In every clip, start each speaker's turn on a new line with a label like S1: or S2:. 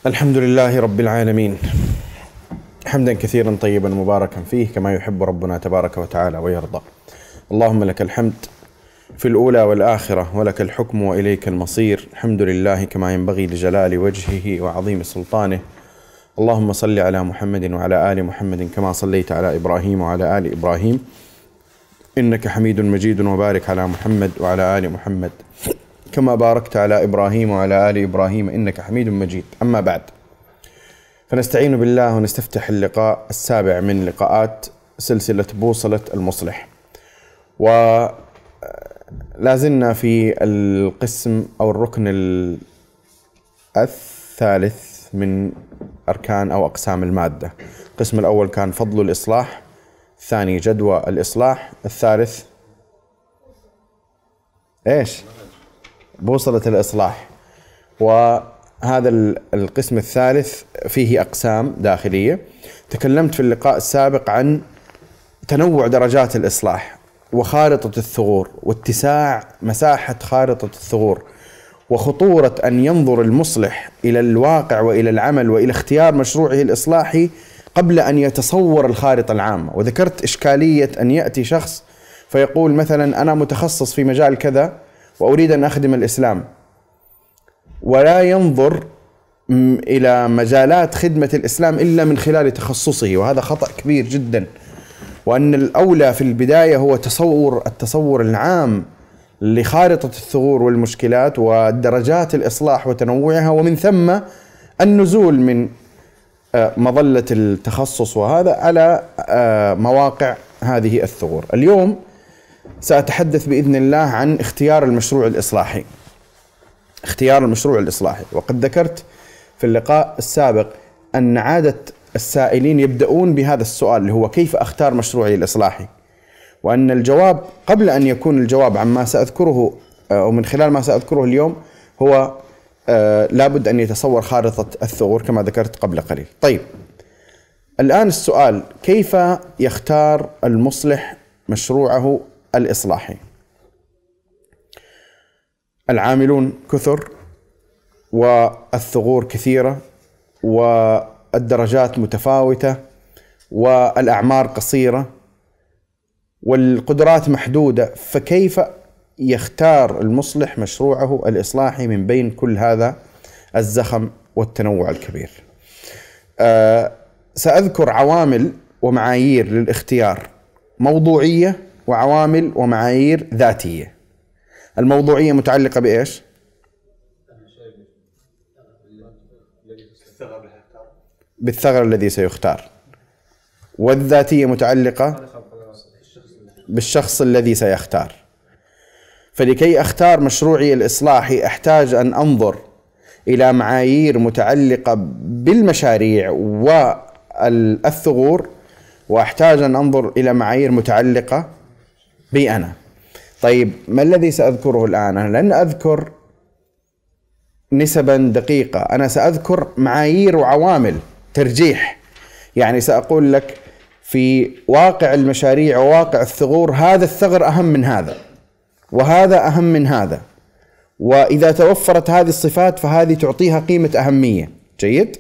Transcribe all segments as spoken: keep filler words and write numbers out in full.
S1: الحمد لله رب العالمين، حمدا كثيرا طيبا مباركا فيه كما يحب ربنا تبارك وتعالى ويرضى. اللهم لك الحمد في الأولى والآخرة، ولك الحكم وإليك المصير. الحمد لله كما ينبغي لجلال وجهه وعظيم سلطانه. اللهم صل على محمد وعلى آل محمد كما صليت على إبراهيم وعلى آل إبراهيم إنك حميد مجيد، وبارك على محمد وعلى آل محمد كما باركت على إبراهيم وعلى آل إبراهيم إنك حميد مجيد. أما بعد، فنستعين بالله ونستفتح اللقاء السابع من لقاءات سلسلة بوصلة المصلح، ولا زلنا في القسم أو الركن الثالث من أركان أو أقسام المادة. القسم الأول كان فضل الإصلاح، الثاني جدوى الإصلاح، الثالث إيش؟ بوصلة الإصلاح. وهذا القسم الثالث فيه أقسام داخلية. تكلمت في اللقاء السابق عن تنوع درجات الإصلاح وخارطة الثغور واتساع مساحة خارطة الثغور، وخطورة أن ينظر المصلح إلى الواقع وإلى العمل وإلى اختيار مشروعه الإصلاحي قبل أن يتصور الخارطة العامة. وذكرت إشكالية أن يأتي شخص فيقول مثلا أنا متخصص في مجال كذا وأريد أن أخدم الإسلام، ولا ينظر إلى مجالات خدمة الإسلام إلا من خلال تخصصه، وهذا خطأ كبير جدا. وأن الأولى في البداية هو تصور التصور العام لخارطة الثغور والمشكلات والدرجات الإصلاح وتنوعها، ومن ثم النزول من مظلة التخصص وهذا على مواقع هذه الثغور. اليوم سأتحدث بإذن الله عن اختيار المشروع الإصلاحي. اختيار المشروع الإصلاحي، وقد ذكرت في اللقاء السابق أن عادة السائلين يبدأون بهذا السؤال اللي هو كيف أختار مشروعي الإصلاحي، وأن الجواب قبل أن يكون الجواب عما سأذكره أو من خلال ما سأذكره اليوم هو آه لابد أن يتصور خارطة الثغور كما ذكرت قبل قليل. طيب، الآن السؤال كيف يختار المصلح مشروعه الإصلاحي؟ العاملون كثر والثغور كثيرة والدرجات متفاوتة والأعمار قصيرة والقدرات محدودة، فكيف يختار المصلح مشروعه الإصلاحي من بين كل هذا الزخم والتنوع الكبير؟ أه سأذكر عوامل ومعايير للاختيار موضوعية وعوامل ومعايير ذاتية. الموضوعية متعلقة بإيش؟ بالثغر الذي سيختار. والذاتية متعلقة بالشخص الذي سيختار. فلكي أختار مشروعي الإصلاحي أحتاج أن أنظر إلى معايير متعلقة بالمشاريع والثغور، وأحتاج أن أنظر إلى معايير متعلقة بي أنا. طيب، ما الذي سأذكره الآن؟ أنا لن أذكر نسبا دقيقة، أنا سأذكر معايير وعوامل ترجيح. يعني سأقول لك في واقع المشاريع وواقع الثغور هذا الثغر أهم من هذا، وهذا أهم من هذا، وإذا توفرت هذه الصفات فهذه تعطيها قيمة أهمية. جيد؟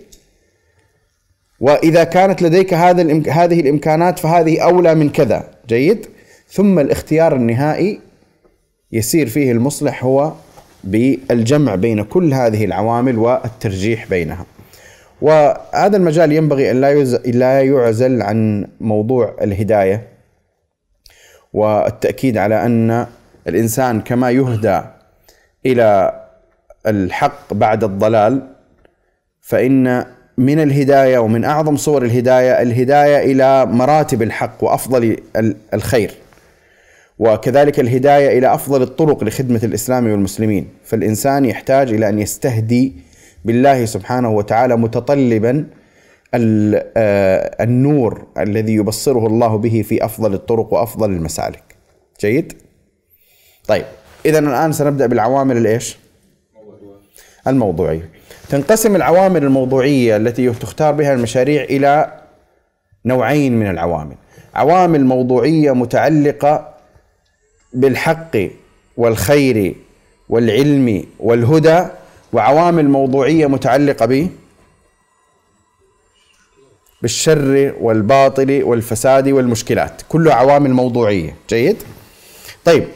S1: وإذا كانت لديك هذا هذه الإمكانات فهذه أولى من كذا. جيد؟ ثم الاختيار النهائي يسير فيه المصلح هو بالجمع بين كل هذه العوامل والترجيح بينها. وهذا المجال ينبغي أن لا يعزل عن موضوع الهداية، والتأكيد على أن الإنسان كما يهدى إلى الحق بعد الضلال، فإن من الهداية ومن أعظم صور الهداية الهداية إلى مراتب الحق وأفضل الخير، وكذلك الهداية إلى أفضل الطرق لخدمة الإسلام والمسلمين. فالإنسان يحتاج إلى أن يستهدي بالله سبحانه وتعالى متطلبا النور الذي يبصره الله به في أفضل الطرق وأفضل المسالك. جيد؟ طيب، إذن الآن سنبدأ بالعوامل الإيش؟ الموضوعية. تنقسم العوامل الموضوعية التي تختار بها المشاريع إلى نوعين من العوامل: عوامل موضوعية متعلقة بالحق والخير والعلم والهدى، وعوامل موضوعية متعلقة بالشر والباطل والفساد والمشكلات، كلها عوامل موضوعية. جيد. طيب،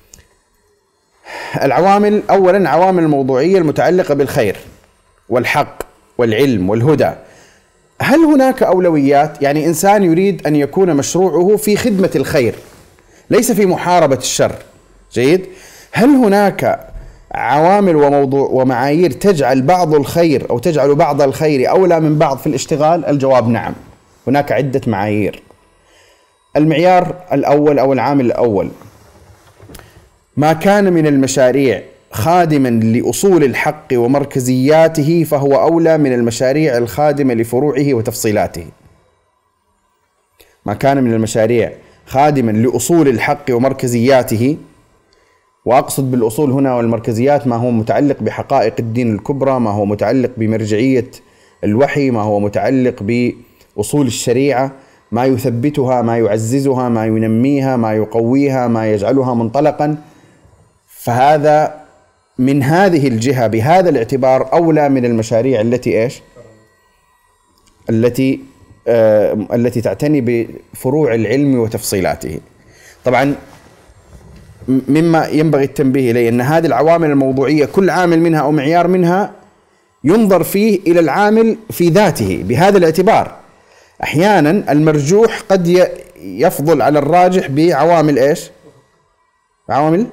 S1: العوامل أولا عوامل الموضوعية المتعلقة بالخير والحق والعلم والهدى. هل هناك أولويات؟ يعني إنسان يريد أن يكون مشروعه في خدمة الخير ليس في محاربة الشر. جيد. هل هناك عوامل وموضوع ومعايير تجعل بعض الخير أو تجعل بعض الخير أولى من بعض في الاشتغال؟ الجواب نعم، هناك عدة معايير. المعيار الأول أو العامل الأول: ما كان من المشاريع خادما لأصول الحق ومركزياته فهو أولى من المشاريع الخادمة لفروعه وتفصيلاته. ما كان من المشاريع خادما لأصول الحق ومركزياته، وأقصد بالأصول هنا والمركزيات ما هو متعلق بحقائق الدين الكبرى، ما هو متعلق بمرجعية الوحي، ما هو متعلق بأصول الشريعة، ما يثبتها، ما يعززها، ما ينميها، ما يقويها، ما يجعلها منطلقا. فهذا من هذه الجهة بهذا الاعتبار أولى من المشاريع التي إيش؟ التي آه التي تعتني بفروع العلم وتفصيلاته. طبعا مما ينبغي التنبيه إليه أن هذه العوامل الموضوعية كل عامل منها أو معيار منها ينظر فيه إلى العامل في ذاته بهذا الاعتبار. أحيانا المرجوح قد يفضل على الراجح بعوامل إيش؟ عوامل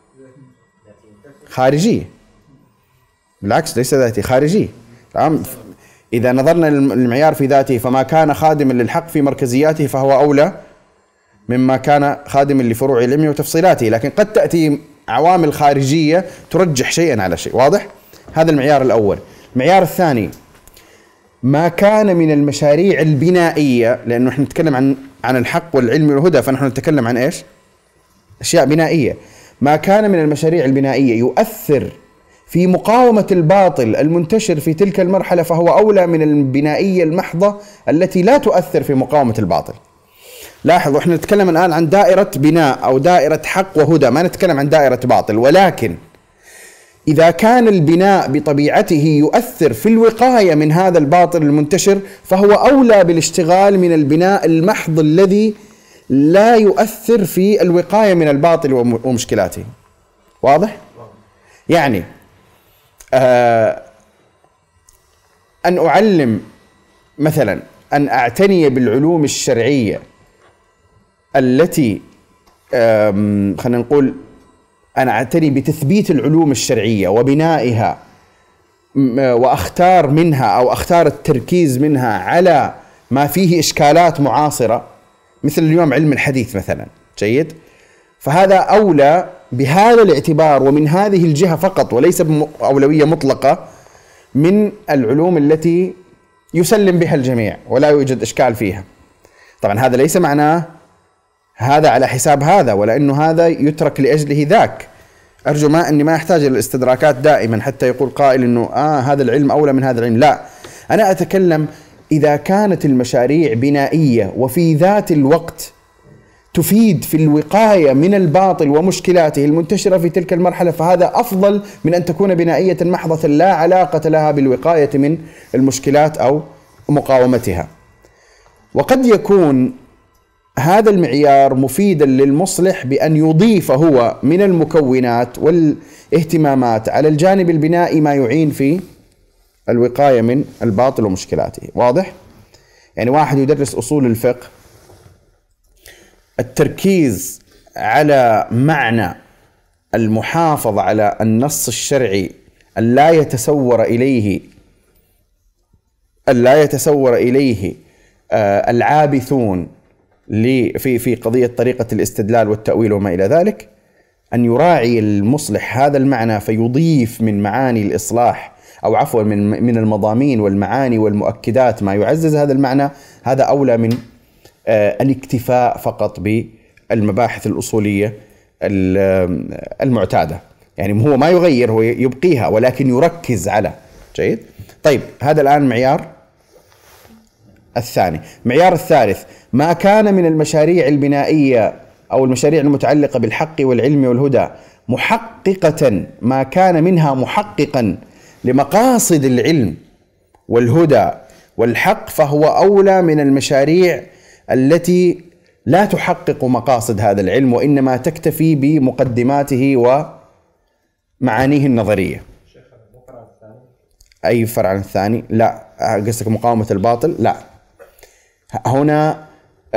S1: خارجية، بالعكس ليس ذاتي، خارجي. إذا نظرنا للمعيار في ذاته فما كان خادما للحق في مركزياته فهو أولى مما كان خادما لفروع العلم وتفصيلاته، لكن قد تأتي عوامل خارجية ترجح شيئا على شيء. واضح؟ هذا المعيار الأول. المعيار الثاني: ما كان من المشاريع البنائية، لأنه نحن نتكلم عن عن الحق والعلم والهدى، فنحن نتكلم عن إيش؟ أشياء بنائية. ما كان من المشاريع البنائية يؤثر في مقاومة الباطل المنتشر في تلك المرحلة فهو أولى من البنائية المحضة التي لا تؤثر في مقاومة الباطل. لاحظوا، احنا نتكلم الآن عن دائرة بناء أو دائرة حق وهدى، ما نتكلم عن دائرة باطل. ولكن إذا كان البناء بطبيعته يؤثر في الوقاية من هذا الباطل المنتشر فهو أولى بالاشتغال من البناء المحض الذي لا يؤثر في الوقاية من الباطل ومشكلاته. واضح؟ يعني آه أن أعلم مثلا أن أعتني بالعلوم الشرعية التي خلينا نقول أنا أعتني بتثبيت العلوم الشرعية وبنائها، وأختار منها أو أختار التركيز منها على ما فيه إشكالات معاصرة مثل اليوم علم الحديث مثلا. جيد. فهذا أولى بهذا الاعتبار ومن هذه الجهة فقط وليس بأولوية مطلقة من العلوم التي يسلم بها الجميع ولا يوجد إشكال فيها. طبعا هذا ليس معناه هذا على حساب هذا ولا أنه هذا يترك لأجله ذاك. أرجو ما أني ما أحتاج إلى الاستدراكات دائما حتى يقول قائل أنه آه هذا العلم أولى من هذا العلم. لا، أنا أتكلم إذا كانت المشاريع بنائية وفي ذات الوقت تفيد في الوقاية من الباطل ومشكلاته المنتشرة في تلك المرحلة فهذا أفضل من أن تكون بنائية محضة لا علاقة لها بالوقاية من المشكلات أو مقاومتها. وقد يكون هذا المعيار مفيدا للمصلح بأن يضيف هو من المكونات والاهتمامات على الجانب البنائي ما يعين في الوقاية من الباطل ومشكلاته. واضح؟ يعني واحد يدرس أصول الفقه، التركيز على معنى المحافظة على النص الشرعي ألا يتسور إليه ألا يتسور إليه آه العابثون في في قضية طريقة الاستدلال والتأويل وما إلى ذلك، أن يراعي المصلح هذا المعنى فيضيف من معاني الإصلاح أو عفوا من من المضامين والمعاني والمؤكدات ما يعزز هذا المعنى. هذا أولى من آه الاكتفاء فقط بالمباحث الأصولية المعتادة. يعني هو ما يغير، هو يبقيها ولكن يركز على. جيد. طيب، هذا الآن معيار الثاني. معيار الثالث: ما كان من المشاريع البنائية أو المشاريع المتعلقة بالحق والعلم والهدى محققة، ما كان منها محققا لمقاصد العلم والهدى والحق فهو أولى من المشاريع التي لا تحقق مقاصد هذا العلم وإنما تكتفي بمقدماته ومعانيه النظرية. أي فرع عن الثاني؟ لا. قصدك مقاومة الباطل؟ لا. هنا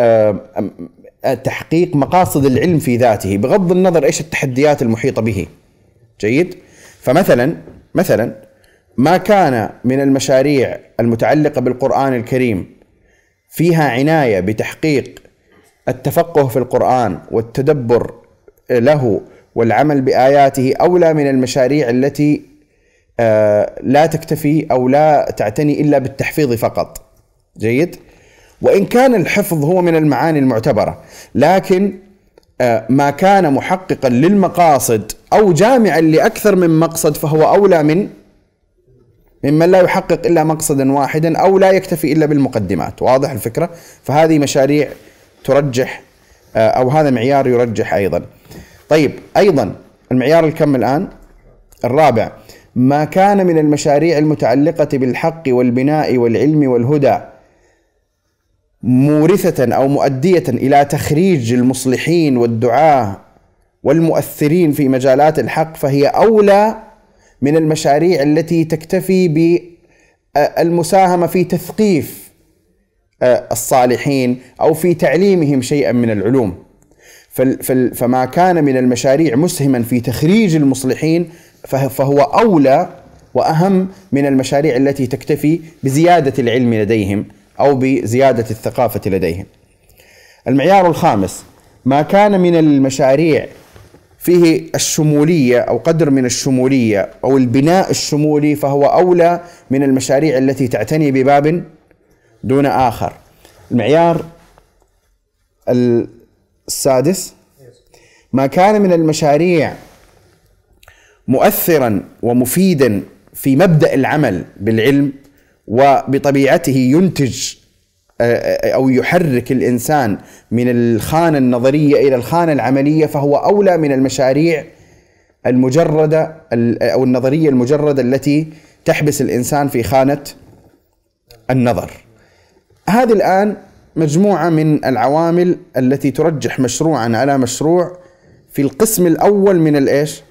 S1: تحقيق مقاصد العلم في ذاته بغض النظر إيش التحديات المحيطة به. جيد. فمثلا مثلا ما كان من المشاريع المتعلقة بالقرآن الكريم فيها عناية بتحقيق التفقه في القرآن والتدبر له والعمل بآياته أولى من المشاريع التي لا تكتفي أو لا تعتني إلا بالتحفيظ فقط. جيد. وإن كان الحفظ هو من المعاني المعتبرة، لكن ما كان محققا للمقاصد أو جامعا لأكثر من مقصد فهو أولى من ممن لا يحقق إلا مقصدا واحدا أو لا يكتفي إلا بالمقدمات. واضح الفكرة؟ فهذه مشاريع ترجح أو هذا معيار يرجح أيضا. طيب أيضا المعيار الكم الآن الرابع، ما كان من المشاريع المتعلقة بالحق والبناء والعلم والهدى مورثة أو مؤدية إلى تخريج المصلحين والدعاة والمؤثرين في مجالات الحق فهي أولى من المشاريع التي تكتفي بالمساهمة في تثقيف الصالحين أو في تعليمهم شيئا من العلوم. فما كان من المشاريع مسهما في تخريج المصلحين فهو أولى وأهم من المشاريع التي تكتفي بزيادة العلم لديهم أو بزيادة الثقافة لديهم. المعيار الخامس، ما كان من المشاريع فيه الشمولية أو قدر من الشمولية أو البناء الشمولي فهو أولى من المشاريع التي تعتني بباب دون آخر. المعيار السادس، ما كان من المشاريع مؤثرا ومفيدا في مبدأ العمل بالعلم وبطبيعته ينتج أو يحرك الإنسان من الخانة النظرية إلى الخانة العملية فهو أولى من المشاريع المجردة أو النظرية المجردة التي تحبس الإنسان في خانة النظر. هذه الآن مجموعة من العوامل التي ترجح مشروعا على مشروع في القسم الأول من الإيش؟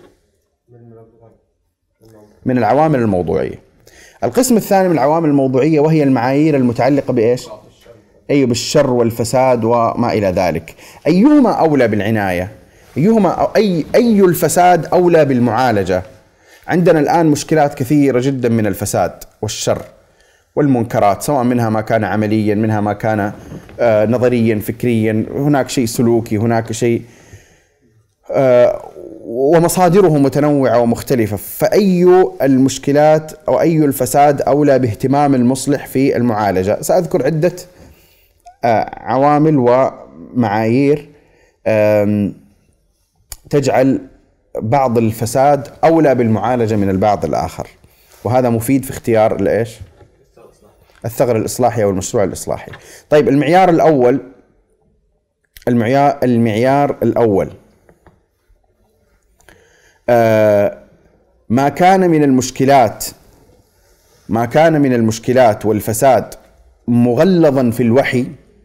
S1: من العوامل الموضوعية. القسم الثاني من العوامل الموضوعية وهي المعايير المتعلقة بإيش؟ أي بالشر والفساد وما إلى ذلك. أيهما أولى بالعناية؟ أيهما أو أي أي الفساد أولى بالمعالجة؟ عندنا الآن مشكلات كثيرة جدا من الفساد والشر والمنكرات، سواء منها ما كان عمليا، منها ما كان آه نظريا فكريا، هناك شيء سلوكي، هناك شيء آه ومصادره متنوعة ومختلفة. فأي المشكلات أو أي الفساد أولى باهتمام المصلح في المعالجة؟ سأذكر عدة عوامل ومعايير تجعل بعض الفساد أولى بالمعالجة من البعض الآخر، وهذا مفيد في اختيار الإيش؟ الثغر الإصلاحي أو المشروع الإصلاحي. طيب المعيار الأول، المعيار المعيار الأول آه ما كان من المشكلات ما كان من المشكلات والفساد مغلظا في الوحي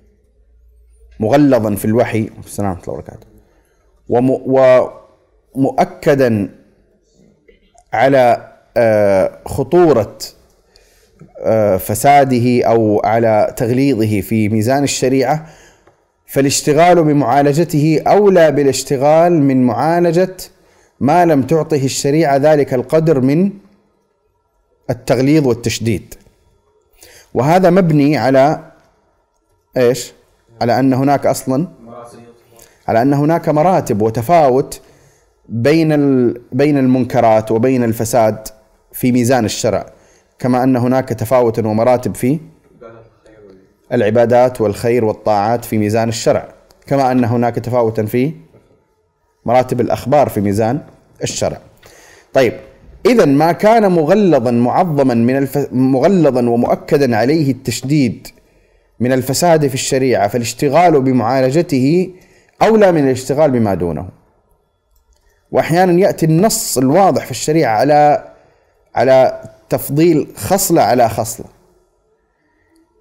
S1: مغلظا في الوحي السلام عليكم ورحمة الله وبركاته ومؤكدا على آه خطورة آه فساده أو على تغليظه في ميزان الشريعة، فالاشتغال بمعالجته أولى بالاشتغال من معالجة ما لم تعطه الشريعة ذلك القدر من التغليظ والتشديد. وهذا مبني على إيش؟ على أن هناك أصلا على أن هناك مراتب وتفاوت بين بين المنكرات وبين الفساد في ميزان الشرع، كما أن هناك تفاوت ومراتب في العبادات والخير والطاعات في ميزان الشرع، كما أن هناك تفاوتا في مراتب الأخبار في ميزان الشرع. طيب إذن ما كان مغلظا معظما من الف... مغلظا ومؤكدا عليه التشديد من الفساد في الشريعة، فالاشتغال بمعالجته أولى من الاشتغال بما دونه. وأحيانا يأتي النص الواضح في الشريعة على على تفضيل خصلة على خصلة،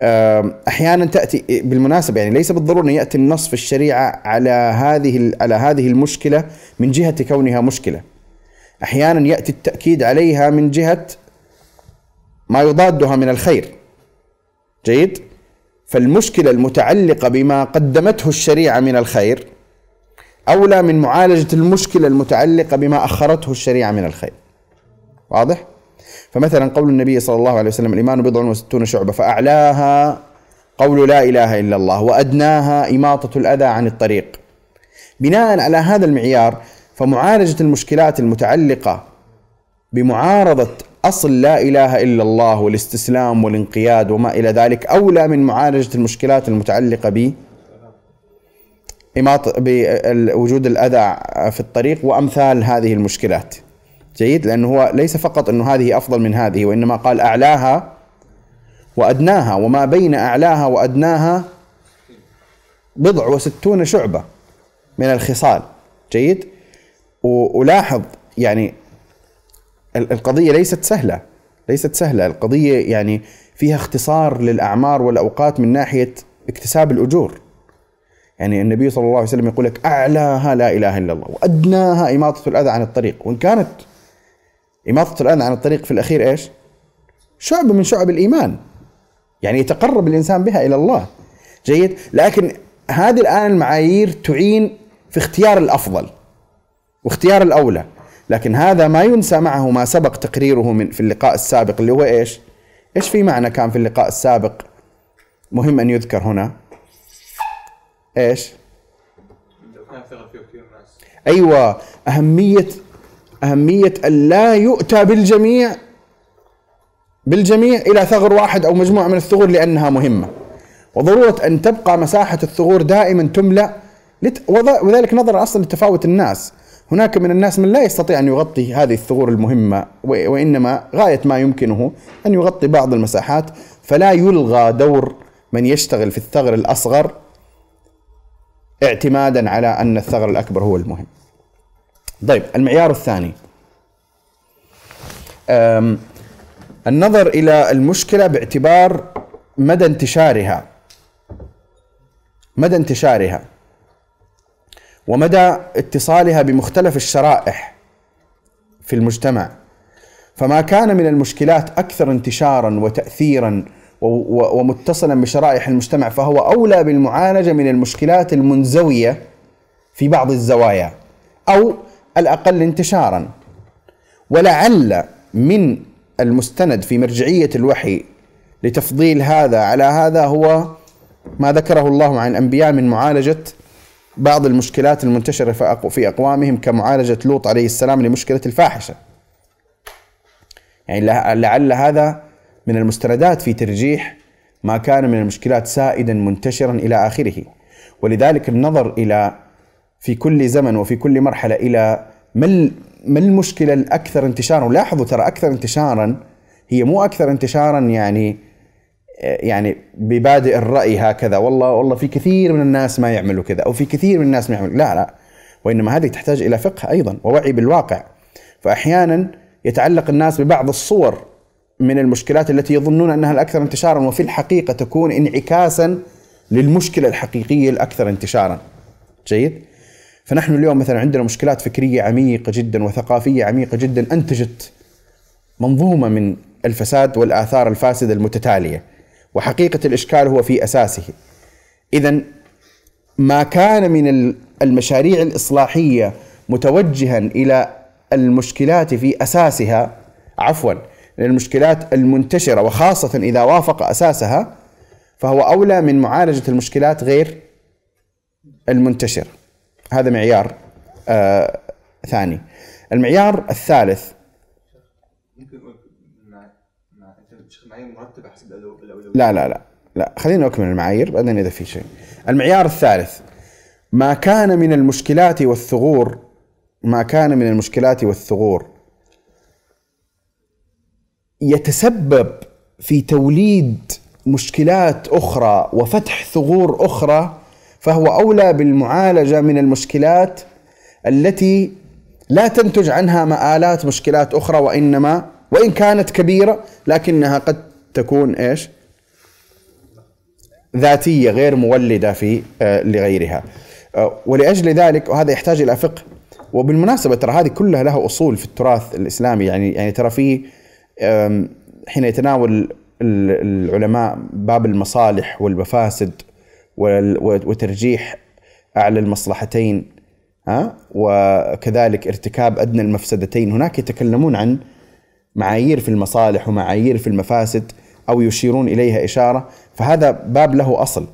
S1: أحيانا تأتي بالمناسبة، يعني ليس بالضرورة أن يأتي النص في الشريعة على هذه على هذه المشكلة من جهة كونها مشكلة. أحيانا يأتي التأكيد عليها من جهة ما يضادها من الخير. جيد؟ فالمشكلة المتعلقة بما قدمته الشريعة من الخير أولى من معالجة المشكلة المتعلقة بما أخرته الشريعة من الخير. واضح؟ فمثلا قول النبي صلى الله عليه وسلم: الإيمان بضع وستون شعبة، فأعلاها قول لا إله إلا الله، وأدناها إماطة الأذى عن الطريق. بناء على هذا المعيار فمعالجة المشكلات المتعلقة بمعارضة أصل لا إله إلا الله والاستسلام والانقياد وما إلى ذلك أولى من معالجة المشكلات المتعلقة ب إماطة بوجود الأذى في الطريق وأمثال هذه المشكلات. جيد؟ لأنه هو ليس فقط أنه هذه أفضل من هذه، وإنما قال أعلاها وأدناها، وما بين أعلاها وأدناها بضع وستون شعبة من الخصال. جيد؟ ولاحظ يعني القضية ليست سهلة، ليست سهلة القضية، يعني فيها اختصار للأعمار والأوقات من ناحية اكتساب الأجور. يعني النبي صلى الله عليه وسلم يقول لك: أعلاها لا إله إلا الله، وأدناها إماطة الأذى عن الطريق. وإن كانت إماطة الأذى عن الطريق في الأخير إيش؟ شعبة من شعب الإيمان، يعني يتقرب الإنسان بها إلى الله. جيد؟ لكن هذه الآن المعايير تعين في اختيار الأفضل واختيار الأولى، لكن هذا ما ينسى معه ما سبق تقريره من في اللقاء السابق، اللي هو إيش؟ إيش في معنى كان في اللقاء السابق مهم أن يذكر هنا؟ إيش؟ أيوة، أهمية أهمية أن لا يؤتى بالجميع بالجميع إلى ثغر واحد أو مجموعة من الثغور لأنها مهمة، وضرورة أن تبقى مساحة الثغور دائما تملأ، وذلك نظرا أصلا لتفاوت الناس. هناك من الناس من لا يستطيع أن يغطي هذه الثغور المهمة، وإنما غاية ما يمكنه أن يغطي بعض المساحات، فلا يلغى دور من يشتغل في الثغر الأصغر اعتمادا على أن الثغر الأكبر هو المهم. طيب، المعيار الثاني النظر إلى المشكلة باعتبار مدى انتشارها مدى انتشارها ومدى اتصالها بمختلف الشرائح في المجتمع. فما كان من المشكلات أكثر انتشارا وتأثيرا ومتصلا بشرائح المجتمع فهو أولى بالمعالجة من المشكلات المنزوية في بعض الزوايا أو الأقل انتشارا. ولعل من المستند في مرجعية الوحي لتفضيل هذا على هذا هو ما ذكره الله عن الأنبياء من معالجة بعض المشكلات المنتشرة في أقوامهم، كمعالجة لوط عليه السلام لمشكلة الفاحشة. يعني لعل هذا من المستندات في ترجيح ما كان من المشكلات سائدا منتشرا إلى آخره. ولذلك النظر إلى في كل زمن وفي كل مرحلة إلى ما المشكلة الأكثر انتشارا. ولاحظوا ترى أكثر انتشارا هي مو أكثر انتشارا يعني يعني ببادئ الرأي هكذا، والله والله في كثير من الناس ما يعملوا كذا أو في كثير من الناس ما يعملوا، لا لا، وإنما هذه تحتاج إلى فقه أيضا ووعي بالواقع. فأحيانا يتعلق الناس ببعض الصور من المشكلات التي يظنون أنها الأكثر انتشارا، وفي الحقيقة تكون انعكاسا للمشكلة الحقيقية الأكثر انتشارا. جيد؟ فنحن اليوم مثلا عندنا مشكلات فكرية عميقة جدا وثقافية عميقة جدا أنتجت منظومة من الفساد والآثار الفاسدة المتتالية، وحقيقة الإشكال هو في أساسه. إذن ما كان من المشاريع الإصلاحية متوجها إلى المشكلات في أساسها، عفوا المشكلات المنتشرة وخاصة إذا وافق أساسها، فهو أولى من معالجة المشكلات غير المنتشرة. هذا معيار آه ثاني. المعيار الثالث
S2: ممكن مع مع معايير مرتبة حسب الأولوية.
S1: لا لا لا لا خلينا نكمل المعايير بعدين إذا في شيء. المعيار الثالث ما كان من المشكلات والثغور ما كان من المشكلات والثغور يتسبب في توليد مشكلات أخرى وفتح ثغور أخرى، فهو أولى بالمعالجة من المشكلات التي لا تنتج عنها مآلات مشكلات أخرى، وإنما وإن كانت كبيرة لكنها قد تكون إيش ذاتية غير مولدة في لغيرها. ولأجل ذلك وهذا يحتاج إلى فقه. وبالمناسبة ترى هذه كلها لها أصول في التراث الإسلامي، يعني يعني ترى في حين يتناول العلماء باب المصالح والمفاسد وترجيح أعلى المصلحتين ها وكذلك ارتكاب أدنى المفسدتين، هناك يتكلمون عن معايير في المصالح ومعايير في المفاسد أو يشيرون إليها إشارة، فهذا باب له أصل.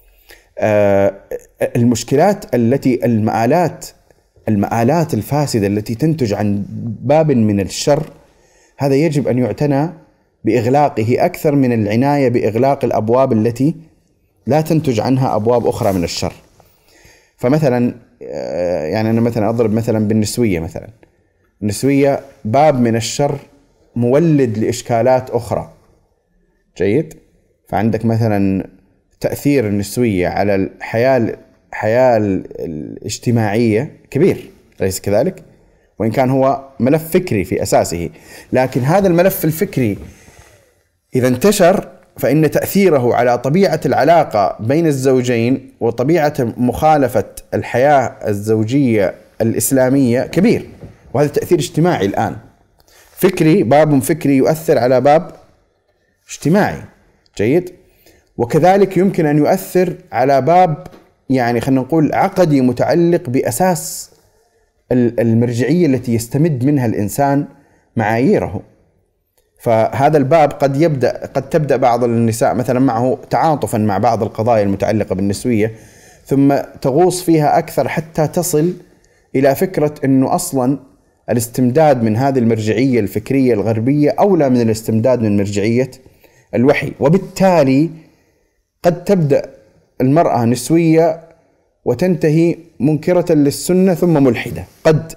S1: المشكلات التي المآلات المآلات الفاسدة التي تنتج عن باب من الشر، هذا يجب أن يعتنى بإغلاقه أكثر من العناية بإغلاق الأبواب التي لا تنتج عنها أبواب أخرى من الشر. فمثلا يعني أنا مثلا أضرب مثلا بالنسوية، مثلا النسوية باب من الشر مولد لإشكالات أخرى. جيد. فعندك مثلا تأثير النسوية على الحياة الحياة الاجتماعية كبير، أليس كذلك؟ وإن كان هو ملف فكري في أساسه، لكن هذا الملف الفكري إذا انتشر فإن تأثيره على طبيعة العلاقة بين الزوجين وطبيعة مخالفة الحياة الزوجية الإسلامية كبير، وهذا تأثير اجتماعي الآن فكري، باب فكري يؤثر على باب اجتماعي. جيد. وكذلك يمكن أن يؤثر على باب يعني خلينا نقول عقدي متعلق بأساس المرجعية التي يستمد منها الإنسان معاييره. فهذا الباب قد يبدأ قد تبدأ بعض النساء مثلا معه تعاطفا مع بعض القضايا المتعلقة بالنسوية، ثم تغوص فيها أكثر حتى تصل إلى فكرة أنه أصلا الاستمداد من هذه المرجعية الفكرية الغربية أولى من الاستمداد من مرجعية الوحي، وبالتالي قد تبدأ المرأة نسوية وتنتهي منكرة للسنة ثم ملحدة، قد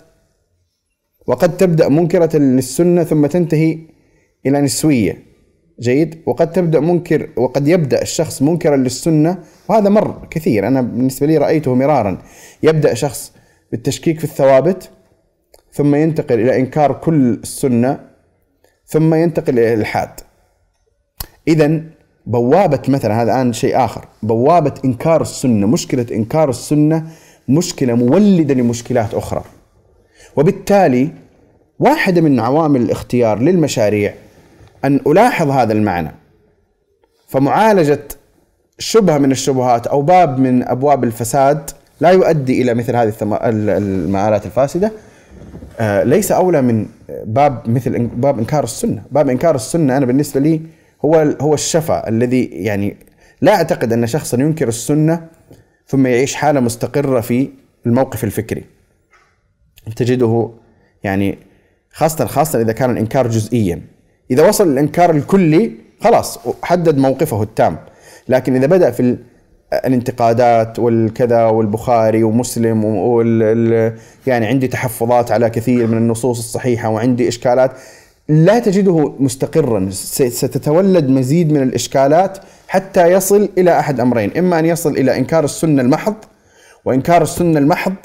S1: وقد تبدأ منكرة للسنة ثم تنتهي إلى نسوية. جيد. وقد تبدأ منكر وقد يبدأ الشخص منكرا للسنة، وهذا مر كثير، أنا بالنسبة لي رأيته مرارا. يبدأ شخص بالتشكيك في الثوابت ثم ينتقل إلى إنكار كل السنة ثم ينتقل إلى الإلحاد. إذن بوابة مثلا هذا الآن شيء آخر، بوابة إنكار السنة، مشكلة إنكار السنة مشكلة مولدة لمشكلات أخرى. وبالتالي واحدة من عوامل الاختيار للمشاريع أن ألاحظ هذا المعنى، فمعالجة شبهة من الشبهات أو باب من أبواب الفساد لا يؤدي إلى مثل هذه المآلات الفاسدة ليس أولى من باب مثل باب إنكار السنة. باب إنكار السنة أنا بالنسبة لي هو هو الشفاء الذي يعني لا أعتقد أن شخصا ينكر السنة ثم يعيش حالة مستقرة في الموقف الفكري. تجده يعني خاصة خاصة إذا كان الإنكار جزئيا، إذا وصل الإنكار الكلي خلاص حدد موقفه التام، لكن إذا بدأ في الانتقادات والكذا والبخاري ومسلم وال يعني عندي تحفظات على كثير من النصوص الصحيحة وعندي إشكالات، لا تجده مستقرا، ستتولد مزيد من الإشكالات حتى يصل إلى أحد أمرين، إما أن يصل إلى إنكار السنة المحض، وإنكار السنة المحض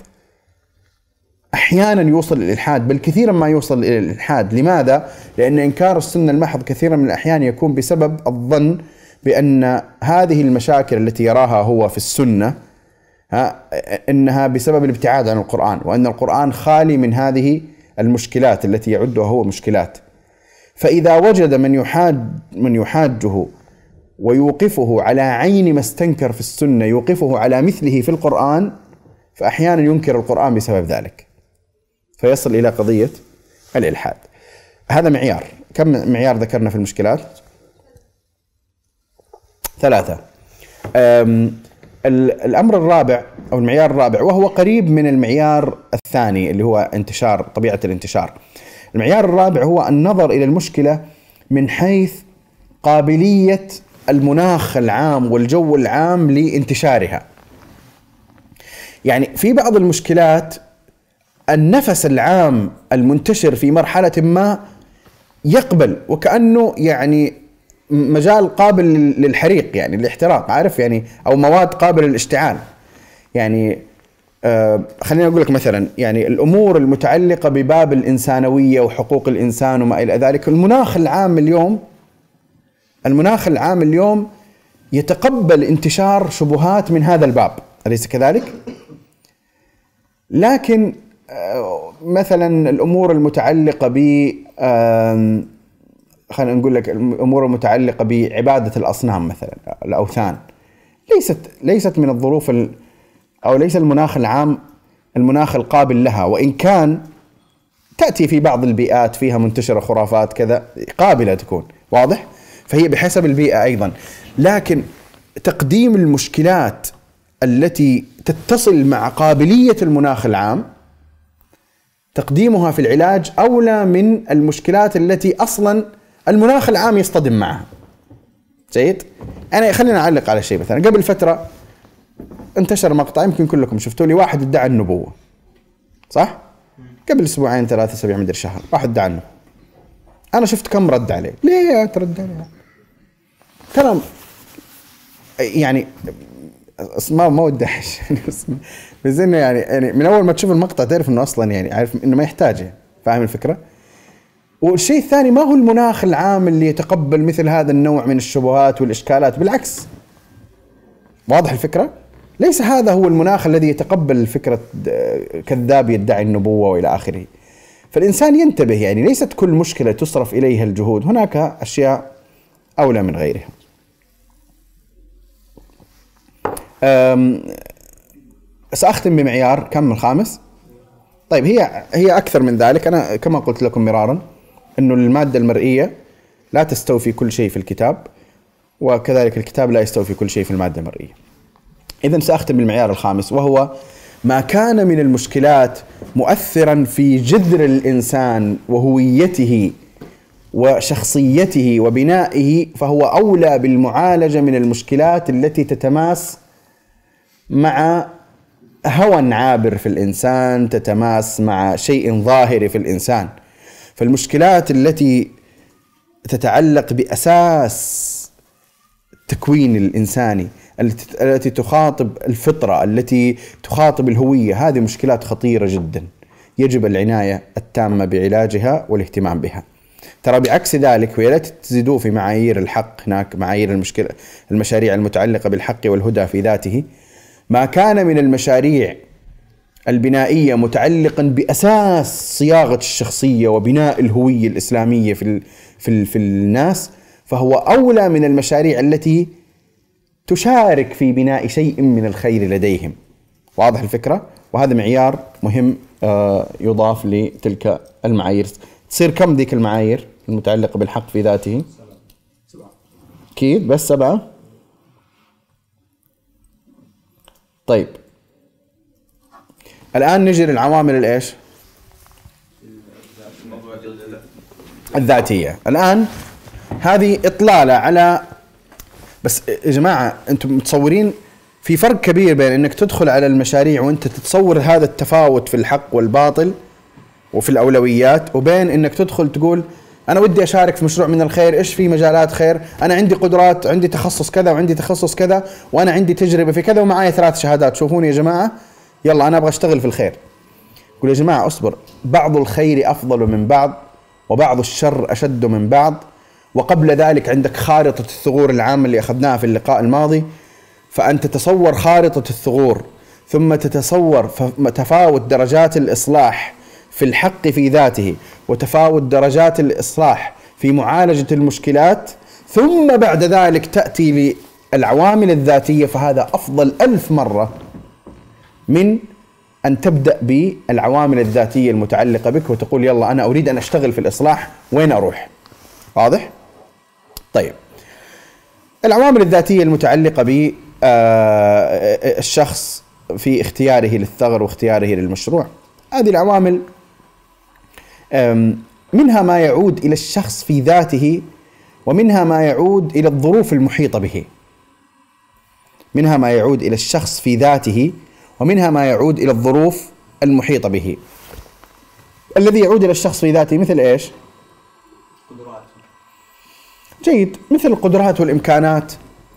S1: أحيانا يوصل للإلحاد، بل كثيرا ما يوصل إلى الإلحاد. لماذا؟ لأن إنكار السنة المحض كثيرا من الأحيان يكون بسبب الظن بأن هذه المشاكل التي يراها هو في السنة ها إنها بسبب الابتعاد عن القرآن، وأن القرآن خالي من هذه المشكلات التي يعدها هو مشكلات. فإذا وجد من يحاج من يحاجه ويوقفه على عين ما استنكر في السنة، يوقفه على مثله في القرآن، فأحيانا ينكر القرآن بسبب ذلك، فيصل إلى قضية الإلحاد. هذا معيار. كم معيار ذكرنا في المشكلات؟ ثلاثة. الأمر الرابع أو المعيار الرابع وهو قريب من المعيار الثاني اللي هو انتشار، طبيعة الانتشار. المعيار الرابع هو النظر إلى المشكلة من حيث قابلية المناخ العام والجو العام لانتشارها. يعني في بعض المشكلات النفس العام المنتشر في مرحلة ما يقبل وكأنه يعني مجال قابل للحريق، يعني الاحتراق، عارف يعني، أو مواد قابلة للاشتعال. يعني آه خليني أقول لك مثلا يعني الأمور المتعلقة بباب الإنسانوية وحقوق الإنسان وما إلى ذلك، المناخ العام اليوم المناخ العام اليوم يتقبل انتشار شبهات من هذا الباب، أليس كذلك؟ لكن مثلا الأمور المتعلقة ب خلينا نقول لك الأمور المتعلقة بعبادة الأصنام مثلا الأوثان ليست ليست من الظروف ال أو ليس المناخ العام المناخ القابل لها، وإن كان تأتي في بعض البيئات فيها منتشرة خرافات كذا قابلة تكون، واضح؟ فهي بحسب البيئة أيضا. لكن تقديم المشكلات التي تتصل مع قابلية المناخ العام تقديمها في العلاج أولى من المشكلات التي أصلا المناخ العام يصطدم معها. جيد؟ أنا خلينا أعلق على شيء. مثلا قبل فترة انتشر مقطع يمكن كلكم شفتوا لي، واحد ادعى النبوة، صح؟ قبل أسبوعين ثلاثة أسابيع مدري شهر، واحد ادعى النبوة. أنا شفت كم رد عليه. ليه ترد عليه؟ ترى يعني ما ما ودي احش بس انه يعني يعني من اول ما تشوف المقطع تعرف انه اصلا يعني عارف انه ما يحتاجه، فاهم الفكره؟ والشيء الثاني ما هو المناخ العام اللي يتقبل مثل هذا النوع من الشبهات والاشكالات، بالعكس. واضح الفكره؟ ليس هذا هو المناخ الذي يتقبل فكره كذاب يدعي النبوه والى اخره. فالانسان ينتبه، يعني ليست كل مشكله تصرف اليها الجهود، هناك اشياء اولى من غيرها. سأختم بمعيار كم الخامس. طيب هي هي أكثر من ذلك. أنا كما قلت لكم مرارا أنه المادة المرئية لا تستوفي كل شيء في الكتاب، وكذلك الكتاب لا يستوفي كل شيء في المادة المرئية. إذن سأختم بالمعيار الخامس، وهو ما كان من المشكلات مؤثرا في جذر الإنسان وهويته وشخصيته وبنائه، فهو أولى بالمعالجة من المشكلات التي تتماس مع هوى عابر في الإنسان، تتماس مع شيء ظاهري في الإنسان. فالمشكلات التي تتعلق بأساس التكوين الإنساني، التي تخاطب الفطرة، التي تخاطب الهوية، هذه مشكلات خطيرة جدا يجب العناية التامة بعلاجها والاهتمام بها. ترى بعكس ذلك، ويا ريت تزيدوا في معايير الحق، هناك معايير المشكلة المشاريع المتعلقة بالحق والهدى في ذاته، ما كان من المشاريع البنائية متعلقا بأساس صياغة الشخصية وبناء الهوية الإسلامية في ال في ال في الناس، فهو أولى من المشاريع التي تشارك في بناء شيء من الخير لديهم. واضح الفكرة؟ وهذا معيار مهم آه يضاف لتلك المعايير. تصير كم ذيك المعايير المتعلقة بالحق في ذاته؟ سبعة. أكيد بس سبعة. طيب الآن نجي للعوامل الإيش؟ الذاتية. الآن هذه إطلالة على، بس يا جماعة أنتم متصورين في فرق كبير بين أنك تدخل على المشاريع وأنت تتصور هذا التفاوت في الحق والباطل وفي الأولويات، وبين أنك تدخل تقول أنا ودي أشارك في مشروع من الخير، إيش في مجالات خير، أنا عندي قدرات، عندي تخصص كذا وعندي تخصص كذا وأنا عندي تجربة في كذا ومعايا ثلاث شهادات، شوفوني يا جماعة يلا أنا أبغى أشتغل في الخير. قول يا جماعة أصبر، بعض الخير أفضل من بعض وبعض الشر أشد من بعض، وقبل ذلك عندك خارطة الثغور العامة اللي أخذناها في اللقاء الماضي، فأن تتصور خارطة الثغور ثم تتصور تفاوت درجات الإصلاح في الحق في ذاته وتفاوت درجات الإصلاح في معالجة المشكلات، ثم بعد ذلك تأتي للعوامل الذاتية، فهذا أفضل ألف مرة من أن تبدأ بالعوامل الذاتية المتعلقة بك وتقول يلا أنا أريد أن أشتغل في الإصلاح، وين أروح؟ واضح؟ طيب العوامل الذاتية المتعلقة بالشخص في اختياره للثغر واختياره للمشروع، هذه العوامل منها ما يعود إلى الشخص في ذاته، ومنها ما يعود إلى الظروف المحيطة به. منها ما يعود إلى الشخص في ذاته ومنها ما يعود إلى الظروف المحيطة به. الذي يعود إلى الشخص في ذاته مثل إيش؟ قدرات. جيد، مثل القدرات والإمكانات،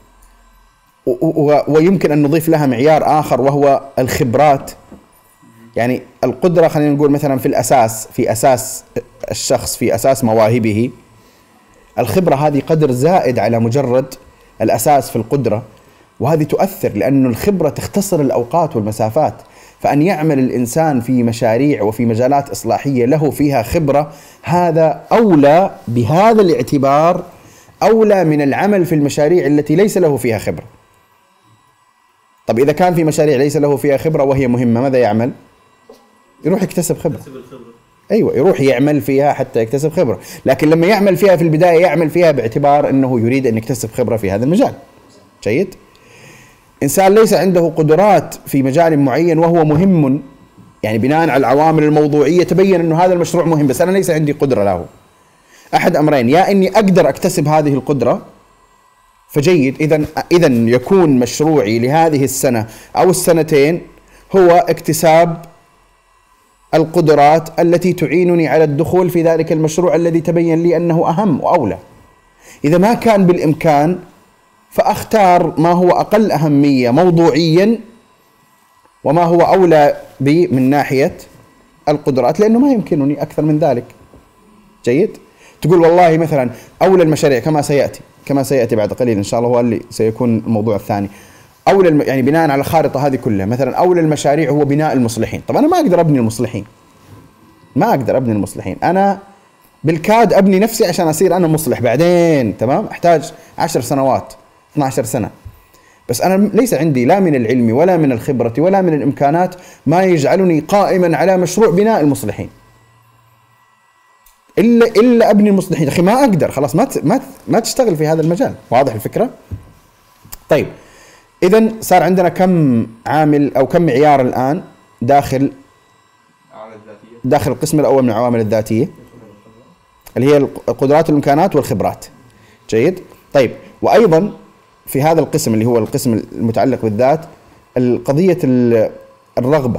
S1: ويمكن أن نضيف لها معيار آخر وهو الخبرات. يعني القدرة خلينا نقول مثلا في الأساس، في أساس الشخص، في أساس مواهبه. الخبرة هذه قدر زائد على مجرد الأساس في القدرة، وهذه تؤثر لأن الخبرة تختصر الأوقات والمسافات. فأن يعمل الإنسان في مشاريع وفي مجالات إصلاحية له فيها خبرة، هذا أولى بهذا الاعتبار، أولى من العمل في المشاريع التي ليس له فيها خبرة. طب إذا كان في مشاريع ليس له فيها خبرة وهي مهمة، ماذا يعمل؟ يروح يكتسب خبرة. أيوة، يروح يعمل فيها حتى يكتسب خبرة. لكن لما يعمل فيها في البداية يعمل فيها باعتبار أنه يريد أن يكتسب خبرة في هذا المجال. جيد؟ إنسان ليس عنده قدرات في مجال معين وهو مهم، يعني بناء على العوامل الموضوعية تبين أنه هذا المشروع مهم بس أنا ليس عندي قدرة له. أحد أمرين، يا إني أقدر أكتسب هذه القدرة فجيد، إذن إذن يكون مشروعي لهذه السنة أو السنتين هو اكتساب القدرات التي تعينني على الدخول في ذلك المشروع الذي تبين لي أنه أهم وأولى. إذا ما كان بالإمكان فأختار ما هو أقل أهمية موضوعيا وما هو أولى بي من ناحية القدرات، لأنه ما يمكنني أكثر من ذلك. جيد؟ تقول والله مثلا أولى المشاريع كما سيأتي كما سيأتي بعد قليل إن شاء الله، هو اللي سيكون الموضوع الثاني. أولى الم... يعني بناء على الخارطة هذه كلها، مثلا أولى المشاريع هو بناء المصلحين. طب أنا ما أقدر أبني المصلحين، ما أقدر أبني المصلحين، أنا بالكاد أبني نفسي عشان أصير أنا مصلح بعدين، تمام؟ أحتاج عشر سنوات اثنتي عشرة سنة، بس أنا ليس عندي لا من العلم ولا من الخبرة ولا من الإمكانات ما يجعلني قائما على مشروع بناء المصلحين، إلا إلا أبني المصلحين. أخي ما أقدر، خلاص ما ما ما تشتغل في هذا المجال. واضح الفكرة؟ طيب، إذن صار عندنا كم عامل أو كم معيار الآن داخل داخل القسم الأول من العوامل الذاتية اللي هي القدرات والإمكانات والخبرات. جيد؟ طيب، وأيضا في هذا القسم اللي هو القسم المتعلق بالذات، القضية الرغبة.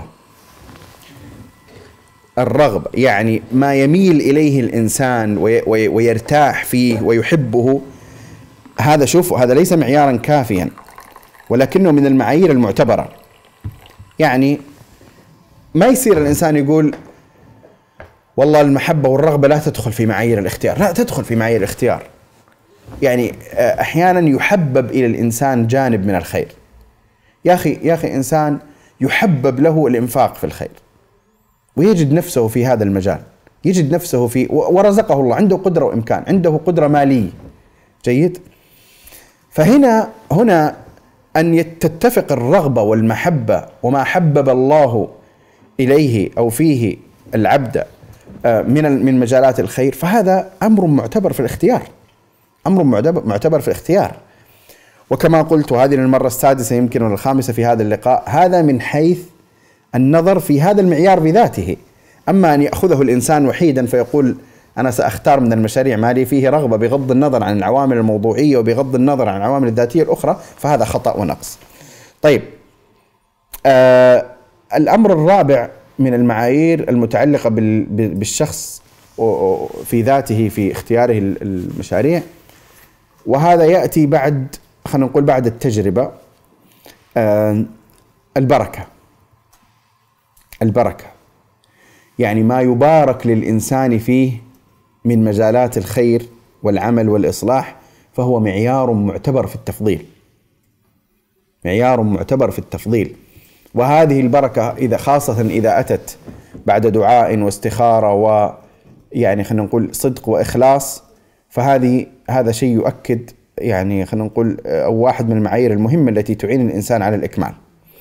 S1: الرغبة يعني ما يميل إليه الإنسان ويرتاح فيه ويحبه. هذا شوف، هذا ليس معيارا كافيا ولكنه من المعايير المعتبرة. يعني ما يصير الإنسان يقول والله المحبة والرغبة لا تدخل في معايير الاختيار، لا تدخل في معايير الاختيار. يعني أحيانا يحبب إلى الإنسان جانب من الخير. يا أخي يا أخي إنسان يحبب له الإنفاق في الخير ويجد نفسه في هذا المجال، يجد نفسه في ورزقه الله، عنده قدرة وإمكان، عنده قدرة مالية. جيد؟ فهنا هنا أن تتفق الرغبة والمحبة وما حبب الله إليه أو فيه العبد من من مجالات الخير، فهذا أمر معتبر في الاختيار، أمر معتبر في الاختيار. وكما قلت، وهذه المرة السادسة يمكن ولا الخامسة في هذا اللقاء، هذا من حيث النظر في هذا المعيار بذاته. أما أن يأخذه الإنسان وحيدا فيقول أنا سأختار من المشاريع ما لي فيه رغبة بغض النظر عن العوامل الموضوعية وبغض النظر عن العوامل الذاتية الأخرى، فهذا خطأ ونقص. طيب، آه الأمر الرابع من المعايير المتعلقة بالشخص في ذاته في اختياره المشاريع، وهذا يأتي بعد، خلينا نقول بعد التجربة، آه البركة. البركة يعني ما يبارك للإنسان فيه من مجالات الخير والعمل والإصلاح، فهو معيار معتبر في التفضيل، معيار معتبر في التفضيل. وهذه البركة إذا خاصة إذا أتت بعد دعاء واستخارة ويعني خلينا نقول صدق وإخلاص، فهذه هذا شيء يؤكد يعني خلينا نقول أو واحد من المعايير المهمة التي تعين الإنسان على الإكمال.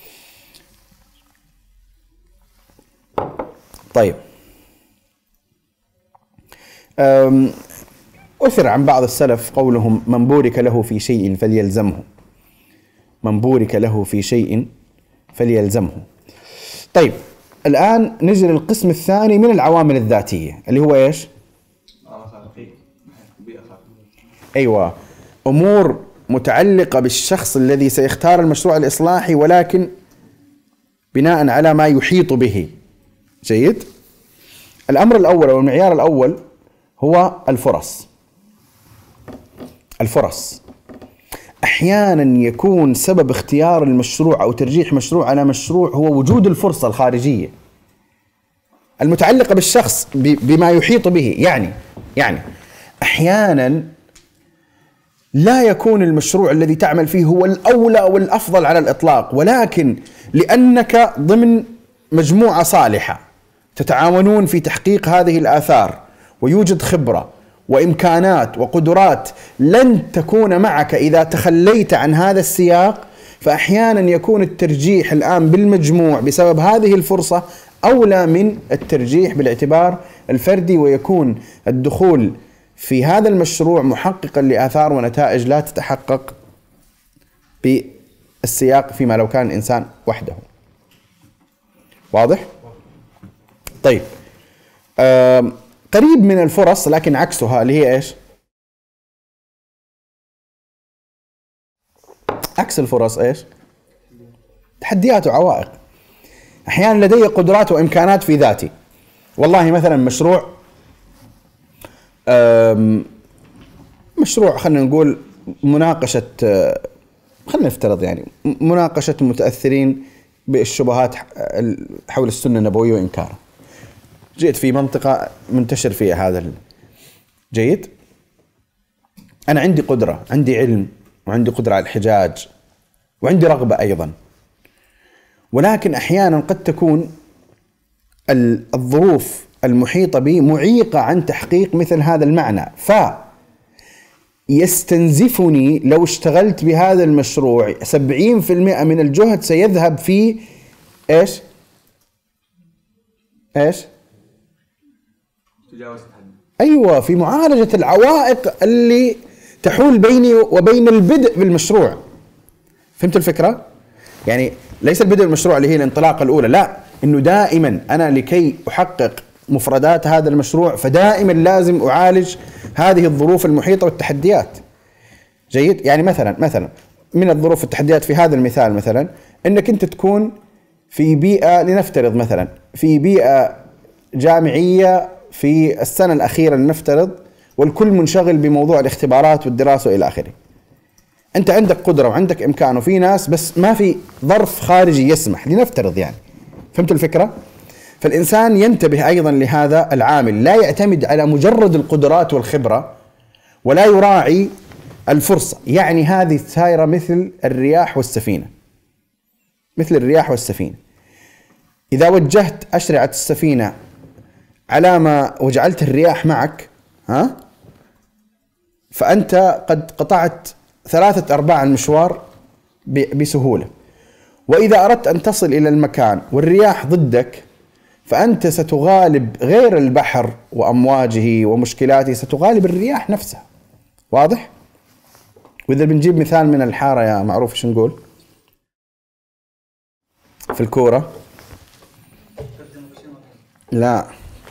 S1: طيب، أثر عن بعض السلف قولهم من بورك له في شيء فليلزمه، من بورك له في شيء فليلزمه. طيب، الآن نجي للقسم الثاني من العوامل الذاتية اللي هو إيش؟ أيوة، أمور متعلقة بالشخص الذي سيختار المشروع الإصلاحي ولكن بناء على ما يحيط به. جيد؟ الأمر الأول أو المعيار الأول هو الفرص. الفرص أحيانا يكون سبب اختيار المشروع أو ترجيح مشروع على مشروع هو وجود الفرصة الخارجية المتعلقة بالشخص بما يحيط به. يعني يعني أحيانا لا يكون المشروع الذي تعمل فيه هو الأولى والأفضل على الإطلاق، ولكن لأنك ضمن مجموعة صالحة تتعاونون في تحقيق هذه الآثار، ويوجد خبرة وإمكانات وقدرات لن تكون معك إذا تخليت عن هذا السياق، فأحيانا يكون الترجيح الآن بالمجموع بسبب هذه الفرصة أولى من الترجيح بالاعتبار الفردي، ويكون الدخول في هذا المشروع محققا لآثار ونتائج لا تتحقق بالسياق فيما لو كان الإنسان وحده. واضح؟ طيب، قريب من الفرص لكن عكسها اللي هي إيش؟ عكس الفرص إيش؟ تحديات وعوائق. أحيانا لدي قدرات وإمكانات في ذاتي، والله مثلا مشروع مشروع خلينا نقول مناقشة، خلينا نفترض يعني مناقشة المتأثرين بالشبهات حول السنة النبوية وإنكارها. جئت في منطقة منتشر فيها هذا جيد، أنا عندي قدرة، عندي علم، وعندي قدرة على الحجاج، وعندي رغبة أيضا، ولكن أحيانا قد تكون الظروف المحيطة بي معيقة عن تحقيق مثل هذا المعنى، فيستنزفني لو اشتغلت بهذا المشروع سبعين في المئة من الجهد سيذهب في إيش؟ إيش؟
S2: تجاوز التحدي.
S1: أيوة، في معالجة العوائق اللي تحول بيني وبين البدء بالمشروع. فهمت الفكرة؟ يعني ليس البدء بالمشروع اللي هي الانطلاقة الأولى، لا، إنه دائما أنا لكي أحقق مفردات هذا المشروع فدائما لازم أعالج هذه الظروف المحيطة والتحديات. جيد؟ يعني مثلا مثلا من الظروف والتحديات في هذا المثال مثلا إنك أنت تكون في بيئة، لنفترض مثلا في بيئة جامعية في السنة الأخيرة لنفترض، والكل منشغل بموضوع الاختبارات والدراسة إلى آخره. أنت عندك قدرة وعندك إمكان وفي ناس، بس ما في ظرف خارجي يسمح، لنفترض يعني. فهمت الفكرة؟ فالإنسان ينتبه أيضا لهذا العامل، لا يعتمد على مجرد القدرات والخبرة ولا يراعي الفرصة. يعني هذه السائرة مثل الرياح والسفينة، مثل الرياح والسفينة. إذا وجهت أشرعة السفينة على ما وجعلت الرياح معك، ها، فأنت قد قطعت ثلاثة أرباع المشوار بسهولة. وإذا أردت أن تصل إلى المكان والرياح ضدك، فأنت ستغالب غير البحر وأمواجه ومشكلاته، ستغالب الرياح نفسها. واضح؟ وإذا بنجيب مثال من الحارة يا معروف، شو نقول في الكورة؟ لا،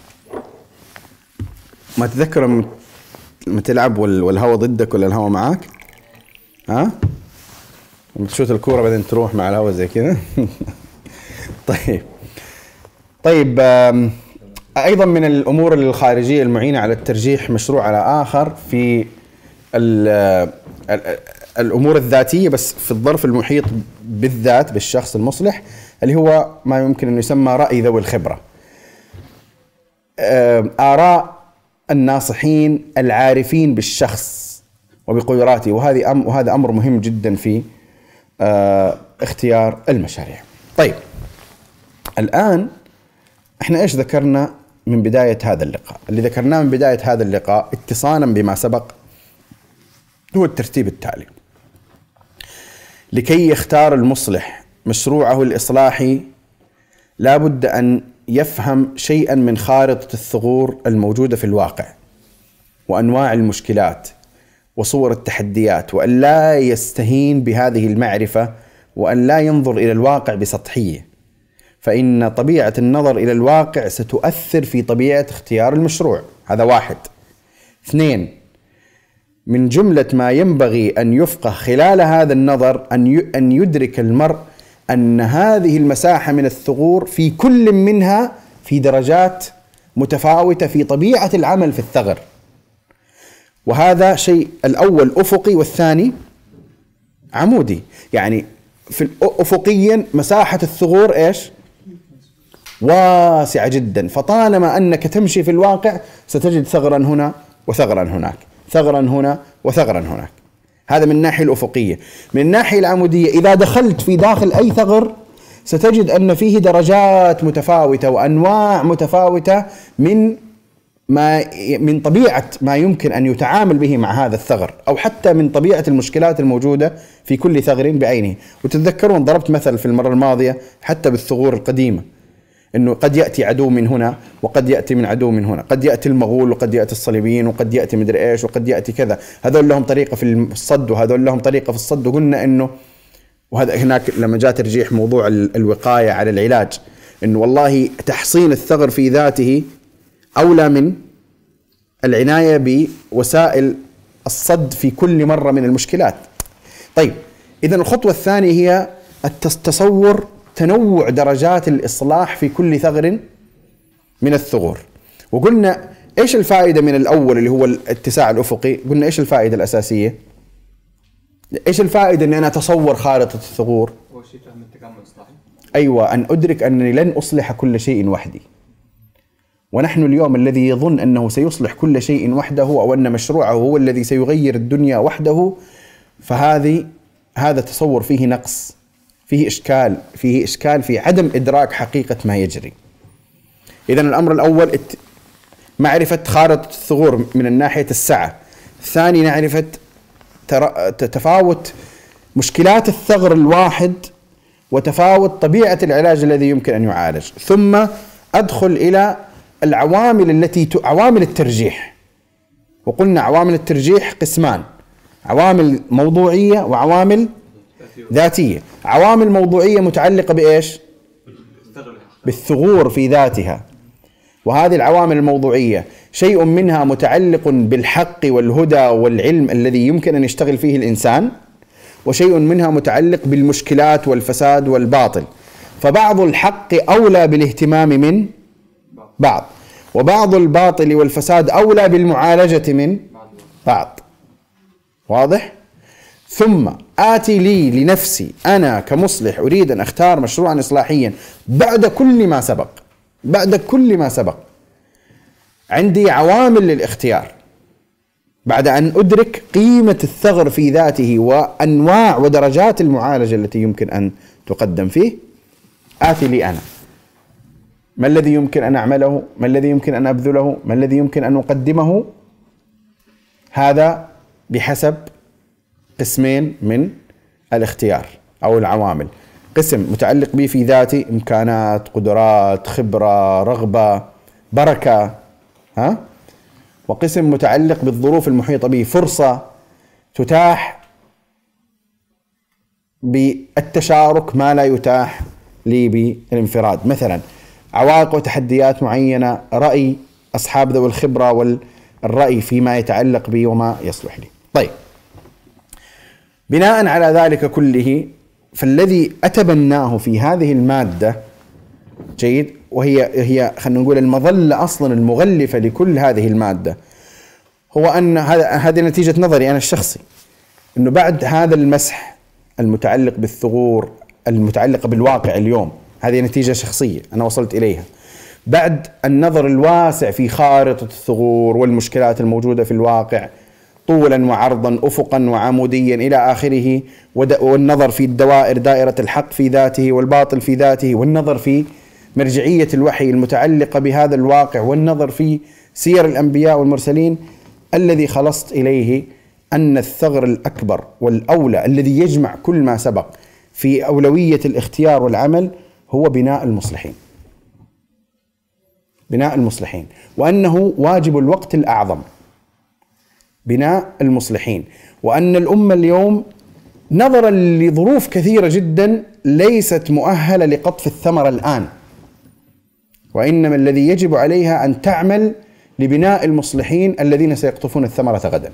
S1: ما تذكر لما تلعب والهواء ضدك ولا الهواء معاك، ها؟ لما تشوت الكورة بعدين تروح مع الهواء زي كذا. طيب طيب أيضا من الأمور الخارجية المعينة على الترجيح مشروع على آخر في الأمور الذاتية، بس في الظرف المحيط بالذات بالشخص المصلح، اللي هو ما يمكن أن يسمى رأي ذوي الخبرة، آراء الناصحين العارفين بالشخص وبقدراته، وهذه أم وهذا أمر مهم جدا في اختيار المشاريع. طيب، الآن احنا ايش ذكرنا من بداية هذا اللقاء؟ اللي ذكرناه من بداية هذا اللقاء اتصالا بما سبق هو الترتيب التالي. لكي يختار المصلح مشروعه الإصلاحي لا بد أن يفهم شيئا من خارطة الثغور الموجودة في الواقع، وأنواع المشكلات وصور التحديات، وأن لا يستهين بهذه المعرفة، وأن لا ينظر إلى الواقع بسطحية، فإن طبيعة النظر إلى الواقع ستؤثر في طبيعة اختيار المشروع. هذا واحد. اثنين، من جملة ما ينبغي أن يفقه خلال هذا النظر أن أن يدرك المرء أن هذه المساحة من الثغور في كل منها في درجات متفاوتة في طبيعة العمل في الثغر، وهذا شيء الأول أفقي والثاني عمودي. يعني في أفقيا مساحة الثغور إيش؟ واسعة جدا، فطالما أنك تمشي في الواقع ستجد ثغرا هنا وثغرا هناك، ثغرا هنا وثغرا هناك. هذا من الناحية الأفقية. من الناحية العمودية إذا دخلت في داخل أي ثغر ستجد أن فيه درجات متفاوتة وأنواع متفاوتة من ما من طبيعة ما يمكن أن يتعامل به مع هذا الثغر، أو حتى من طبيعة المشكلات الموجودة في كل ثغر بعينه. وتتذكرون ضربت مثل في المرة الماضية حتى بالثغور القديمة، أنه قد يأتي عدو من هنا وقد يأتي من عدو من هنا، قد يأتي المغول وقد يأتي الصليبيين وقد يأتي مدري إيش وقد يأتي كذا، هذول لهم طريقة في الصد وهذول لهم طريقة في الصد. وقلنا أنه وهذا هناك لما جاء ترجيح موضوع الوقاية على العلاج، أنه والله تحصين الثغر في ذاته أولى من العناية بوسائل الصد في كل مرة من المشكلات. طيب إذن الخطوة الثانية هي التصور تنوع درجات الإصلاح في كل ثغر من الثغور. وقلنا إيش الفائدة من الأول اللي هو الاتساع الأفقي؟ قلنا إيش الفائدة الأساسية؟ إيش الفائدة أني أنا أتصور خارطة الثغور؟
S2: أول شيء فهم التكامل الإصلاحي.
S1: أيوة، أن أدرك أنني لن أصلح كل شيء وحدي. ونحن اليوم الذي يظن أنه سيصلح كل شيء وحده أو أن مشروعه هو الذي سيغير الدنيا وحده، فهذه هذا تصور فيه نقص، فيه إشكال، فيه إشكال في عدم إدراك حقيقة ما يجري. إذن الأمر الأول معرفة خارطة الثغور من الناحية السعة. الثاني معرفة تفاوت مشكلات الثغر الواحد وتفاوت طبيعة العلاج الذي يمكن أن يعالج. ثم أدخل إلى العوامل التي ت... عوامل الترجيح. وقلنا عوامل الترجيح قسمان: عوامل موضوعية وعوامل ذاتية. عوامل موضوعية متعلقة بإيش؟ بالثغور في ذاتها. وهذه العوامل الموضوعية شيء منها متعلق بالحق والهدى والعلم الذي يمكن أن يشتغل فيه الإنسان، وشيء منها متعلق بالمشكلات والفساد والباطل. فبعض الحق أولى بالاهتمام من بعض، وبعض الباطل والفساد أولى بالمعالجة من بعض. واضح؟ ثم آتي لي لنفسي أنا كمصلح أريد أن أختار مشروعا إصلاحيا بعد كل ما سبق بعد كل ما سبق عندي عوامل للاختيار. بعد أن أدرك قيمة الثغر في ذاته وأنواع ودرجات المعالجة التي يمكن أن تقدم فيه، آتي لي أنا ما الذي يمكن أن أعمله، ما الذي يمكن أن أبذله، ما الذي يمكن أن أقدمه. هذا بحسب قسمين من الاختيار أو العوامل: قسم متعلق به في ذاتي، إمكانات، قدرات، خبرة، رغبة، بركة، ها؟ وقسم متعلق بالظروف المحيطة به، فرصة تتاح بالتشارك ما لا يتاح لي بالانفراد. مثلا عوائق وتحديات معينة، رأي أصحاب ذوي الخبرة والرأي فيما يتعلق بي وما يصلح لي. طيب، بناء على ذلك كله فالذي أتبناه في هذه المادة جيد، وهي هي خلينا نقول المظلة أصلا المغلفة لكل هذه المادة، هو أن هذه نتيجة نظري أنا الشخصي، أنه بعد هذا المسح المتعلق بالثغور المتعلقة بالواقع اليوم، هذه نتيجة شخصية أنا وصلت إليها بعد النظر الواسع في خارطة الثغور والمشكلات الموجودة في الواقع طولا وعرضا، أفقا وعموديا إلى آخره، والنظر في الدوائر، دائرة الحق في ذاته والباطل في ذاته، والنظر في مرجعية الوحي المتعلقة بهذا الواقع، والنظر في سير الأنبياء والمرسلين. الذي خلصت إليه أن الثغر الأكبر والأولى الذي يجمع كل ما سبق في أولوية الاختيار والعمل هو بناء المصلحين بناء المصلحين وأنه واجب الوقت الأعظم بناء المصلحين، وأن الأمة اليوم نظرا لظروف كثيرة جدا ليست مؤهلة لقطف الثمرة الآن، وإنما الذي يجب عليها أن تعمل لبناء المصلحين الذين سيقطفون الثمرة غدا.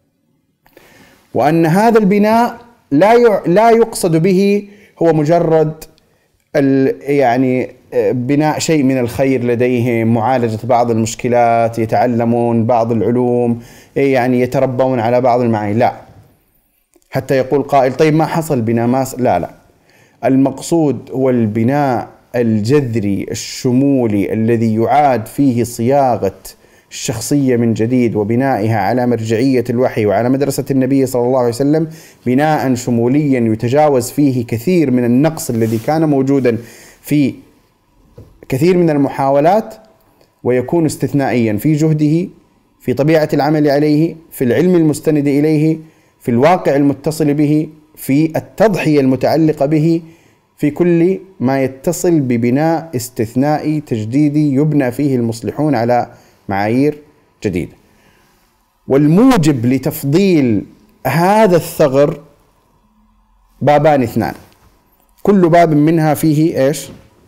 S1: وأن هذا البناء لا لا يقصد به هو مجرد يعني بناء شيء من الخير لديهم، معالجة بعض المشكلات، يتعلمون بعض العلوم، يعني يتربون على بعض المعاني، لا. حتى يقول قائل طيب ما حصل بناء ماس، لا لا، المقصود هو البناء الجذري الشمولي الذي يعاد فيه صياغة الشخصية من جديد وبنائها على مرجعية الوحي وعلى مدرسة النبي صلى الله عليه وسلم بناء شموليا يتجاوز فيه كثير من النقص الذي كان موجودا في كثير من المحاولات، ويكون استثنائيا في جهده، في طبيعة العمل عليه، في العلم المستند إليه، في الواقع المتصل به، في التضحية المتعلقة به، في كل ما يتصل ببناء استثنائي تجديدي يبنى فيه المصلحون على معايير جديدة. والموجب لتفضيل هذا الثغر بابان اثنان، كل باب منها فيه إيش؟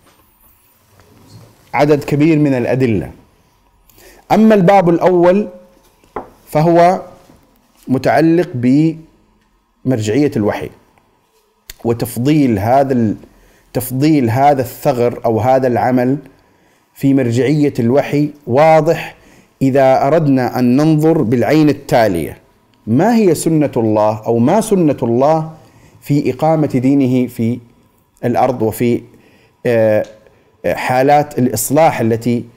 S1: عدد كبير من الأدلة. أما الباب الأول فهو متعلق بمرجعية الوحي وتفضيل هذا تفضيل هذا الثغر أو هذا العمل في مرجعية الوحي. واضح إذا أردنا أن ننظر بالعين التالية: ما هي سنة الله أو ما سنة الله في إقامة دينه في الأرض وفي حالات الإصلاح التي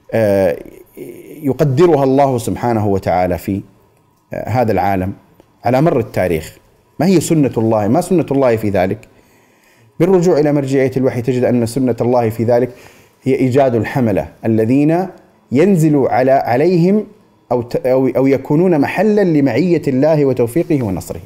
S1: يقدرها الله سبحانه وتعالى في هذا العالم على مر التاريخ. ما هي سنة الله؟ ما سنة الله في ذلك؟ بالرجوع إلى مرجعية الوحي تجد أن سنة الله في ذلك هي إيجاد الحملة الذين ينزل على عليهم أو أو يكونون محلا لمعية الله وتوفيقه ونصره.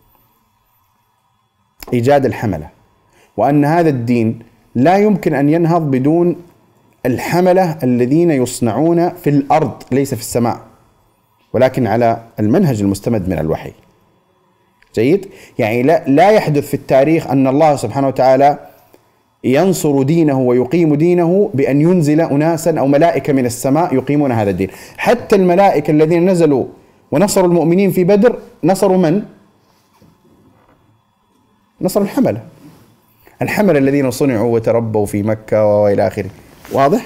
S1: إيجاد الحملة، وأن هذا الدين لا يمكن أن ينهض بدون الحملة الذين يصنعون في الأرض ليس في السماء، ولكن على المنهج المستمد من الوحي. جيد؟ يعني لا, لا يحدث في التاريخ أن الله سبحانه وتعالى ينصر دينه ويقيم دينه بأن ينزل أناسا أو ملائكة من السماء يقيمون هذا الدين. حتى الملائكة الذين نزلوا ونصروا المؤمنين في بدر نصروا من؟ نصر الحملة، الحملة الذين صنعوا وتربوا في مكة وإلى آخره. واضح؟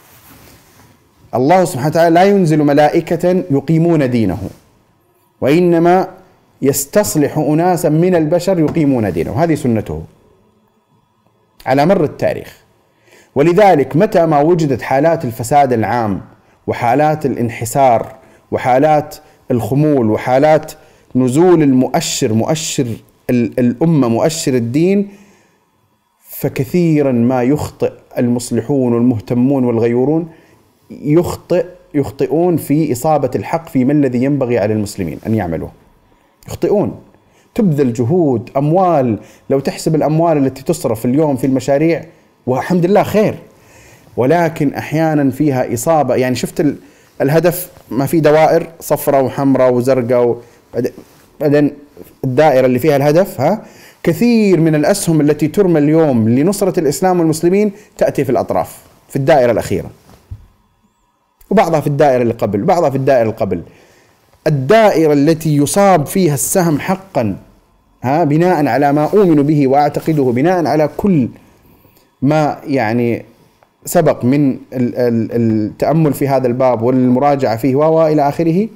S1: الله سبحانه وتعالى لا ينزل ملائكة يقيمون دينه، وإنما يستصلح أناسا من البشر يقيمون دينه. هذه سنته على مر التاريخ. ولذلك متى ما وجدت حالات الفساد العام وحالات الانحسار وحالات الخمول وحالات نزول المؤشر مؤشر الأمة مؤشر الدين، فكثيرا ما يخطئ المصلحون والمهتمون والغيورون يخطئ يخطئون في إصابة الحق في ما الذي ينبغي على المسلمين أن يعملوه. يخطئون، تبذل جهود أموال، لو تحسب الأموال التي تصرف اليوم في المشاريع والحمد لله خير، ولكن أحيانا فيها إصابة. يعني شفت الهدف ما في دوائر صفراء وحمراء وزرقاء، بعدين الدائرة اللي فيها الهدف ها كثير من الأسهم التي ترمى اليوم لنصرة الإسلام والمسلمين تأتي في الأطراف في الدائرة الأخيرة، وبعضها في الدائرة اللي قبل، بعضها في الدائرة اللي قبل. الدائرة التي يصاب فيها السهم حقا ها بناء على ما أؤمن به وأعتقده، بناء على كل ما يعني سبق من التأمل في هذا الباب والمراجعة فيه وإلى آخره،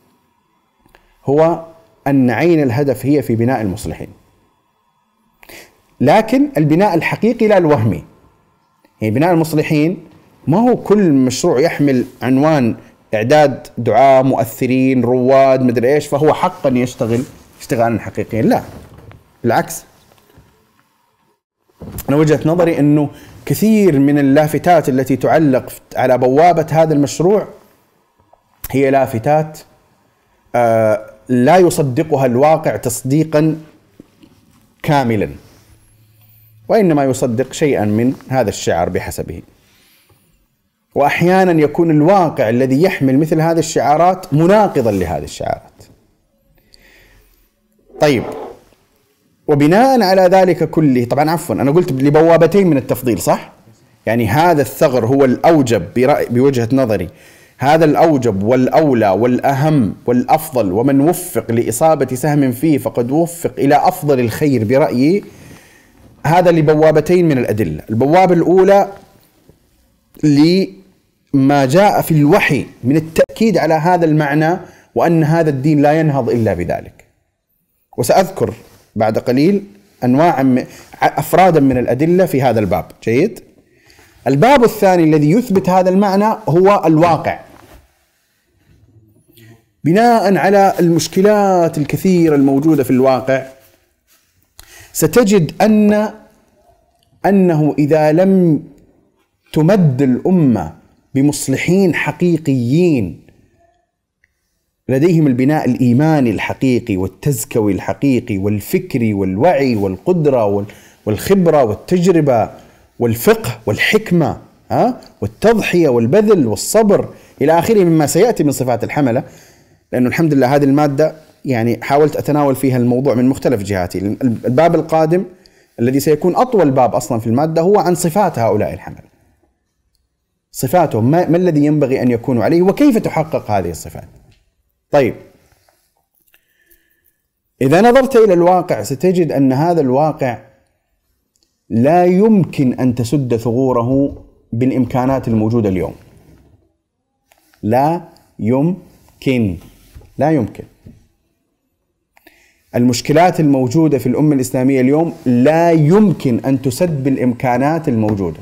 S1: هو أن عين الهدف هي في بناء المصلحين، لكن البناء الحقيقي لا الوهمي. يعني بناء المصلحين ما هو كل مشروع يحمل عنوان إعداد دعاة مؤثرين رواد مدري إيش فهو حقا يشتغل اشتغالا حقيقيا، لا بالعكس. أنا وجهة نظري أنه كثير من اللافتات التي تعلق على بوابة هذا المشروع هي لافتات آه لا يصدقها الواقع تصديقا كاملا، وإنما يصدق شيئا من هذا الشعار بحسبه. وأحيانا يكون الواقع الذي يحمل مثل هذه الشعارات مناقضا لهذه الشعارات. طيب، وبناء على ذلك كله، طبعا عفوا أنا قلت لبوابتين من التفضيل صح؟ يعني هذا الثغر هو الأوجب برأي بوجهة نظري، هذا الأوجب والأولى والأهم والأفضل، ومن وفق لإصابة سهم فيه فقد وفق إلى أفضل الخير برأيي. هذا لبوابتين من الأدلة. البوابة الأولى لما جاء في الوحي من التأكيد على هذا المعنى، وأن هذا الدين لا ينهض إلا بذلك. وسأذكر بعد قليل أنواع أفرادا من الأدلة في هذا الباب. جيد؟ الباب الثاني الذي يثبت هذا المعنى هو الواقع. بناء على المشكلات الكثيرة الموجودة في الواقع، ستجد أن أنه إذا لم تمد الأمة بمصلحين حقيقيين لديهم البناء الإيماني الحقيقي والتزكوي الحقيقي والفكري والوعي والقدرة والخبرة والتجربة والفقه والحكمة ها والتضحية والبذل والصبر إلى آخره مما سيأتي من صفات الحملة، لأنه الحمد لله هذه المادة يعني حاولت أتناول فيها الموضوع من مختلف جهاتي. الباب القادم الذي سيكون أطول باب أصلا في المادة هو عن صفات هؤلاء الحملة، صفاتهم، ما, ما الذي ينبغي أن يكونوا عليه وكيف تحقق هذه الصفات. طيب، إذا نظرت إلى الواقع ستجد أن هذا الواقع لا يمكن أن تسد ثغوره بالإمكانات الموجودة اليوم. لا يمكن لا يمكن المشكلات الموجودة في الأمة الإسلامية اليوم لا يمكن أن تسد بالإمكانات الموجودة.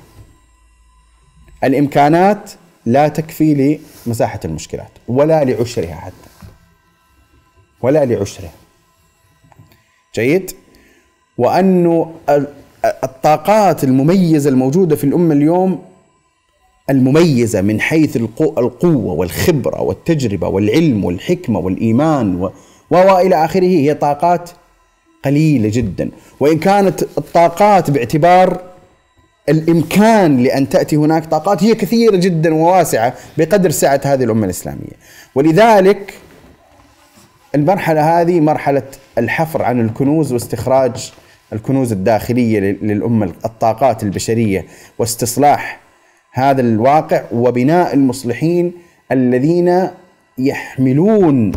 S1: الإمكانات لا تكفي لمساحة المشكلات ولا لعشرها حتى، ولا لعشرها. جيد؟ وأن الطاقات المميزة الموجودة في الأمة اليوم، المميزة من حيث القوة والخبرة والتجربة والعلم والحكمة والإيمان و وإلى آخره، هي طاقات قليلة جدا. وإن كانت الطاقات باعتبار الإمكان لأن تأتي هناك طاقات هي كثيرة جدا وواسعة بقدر سعة هذه الأمة الإسلامية. ولذلك المرحلة هذه مرحلة الحفر عن الكنوز واستخراج الكنوز الداخلية للأمة، الطاقات البشرية، واستصلاح هذا الواقع وبناء المصلحين الذين يحملون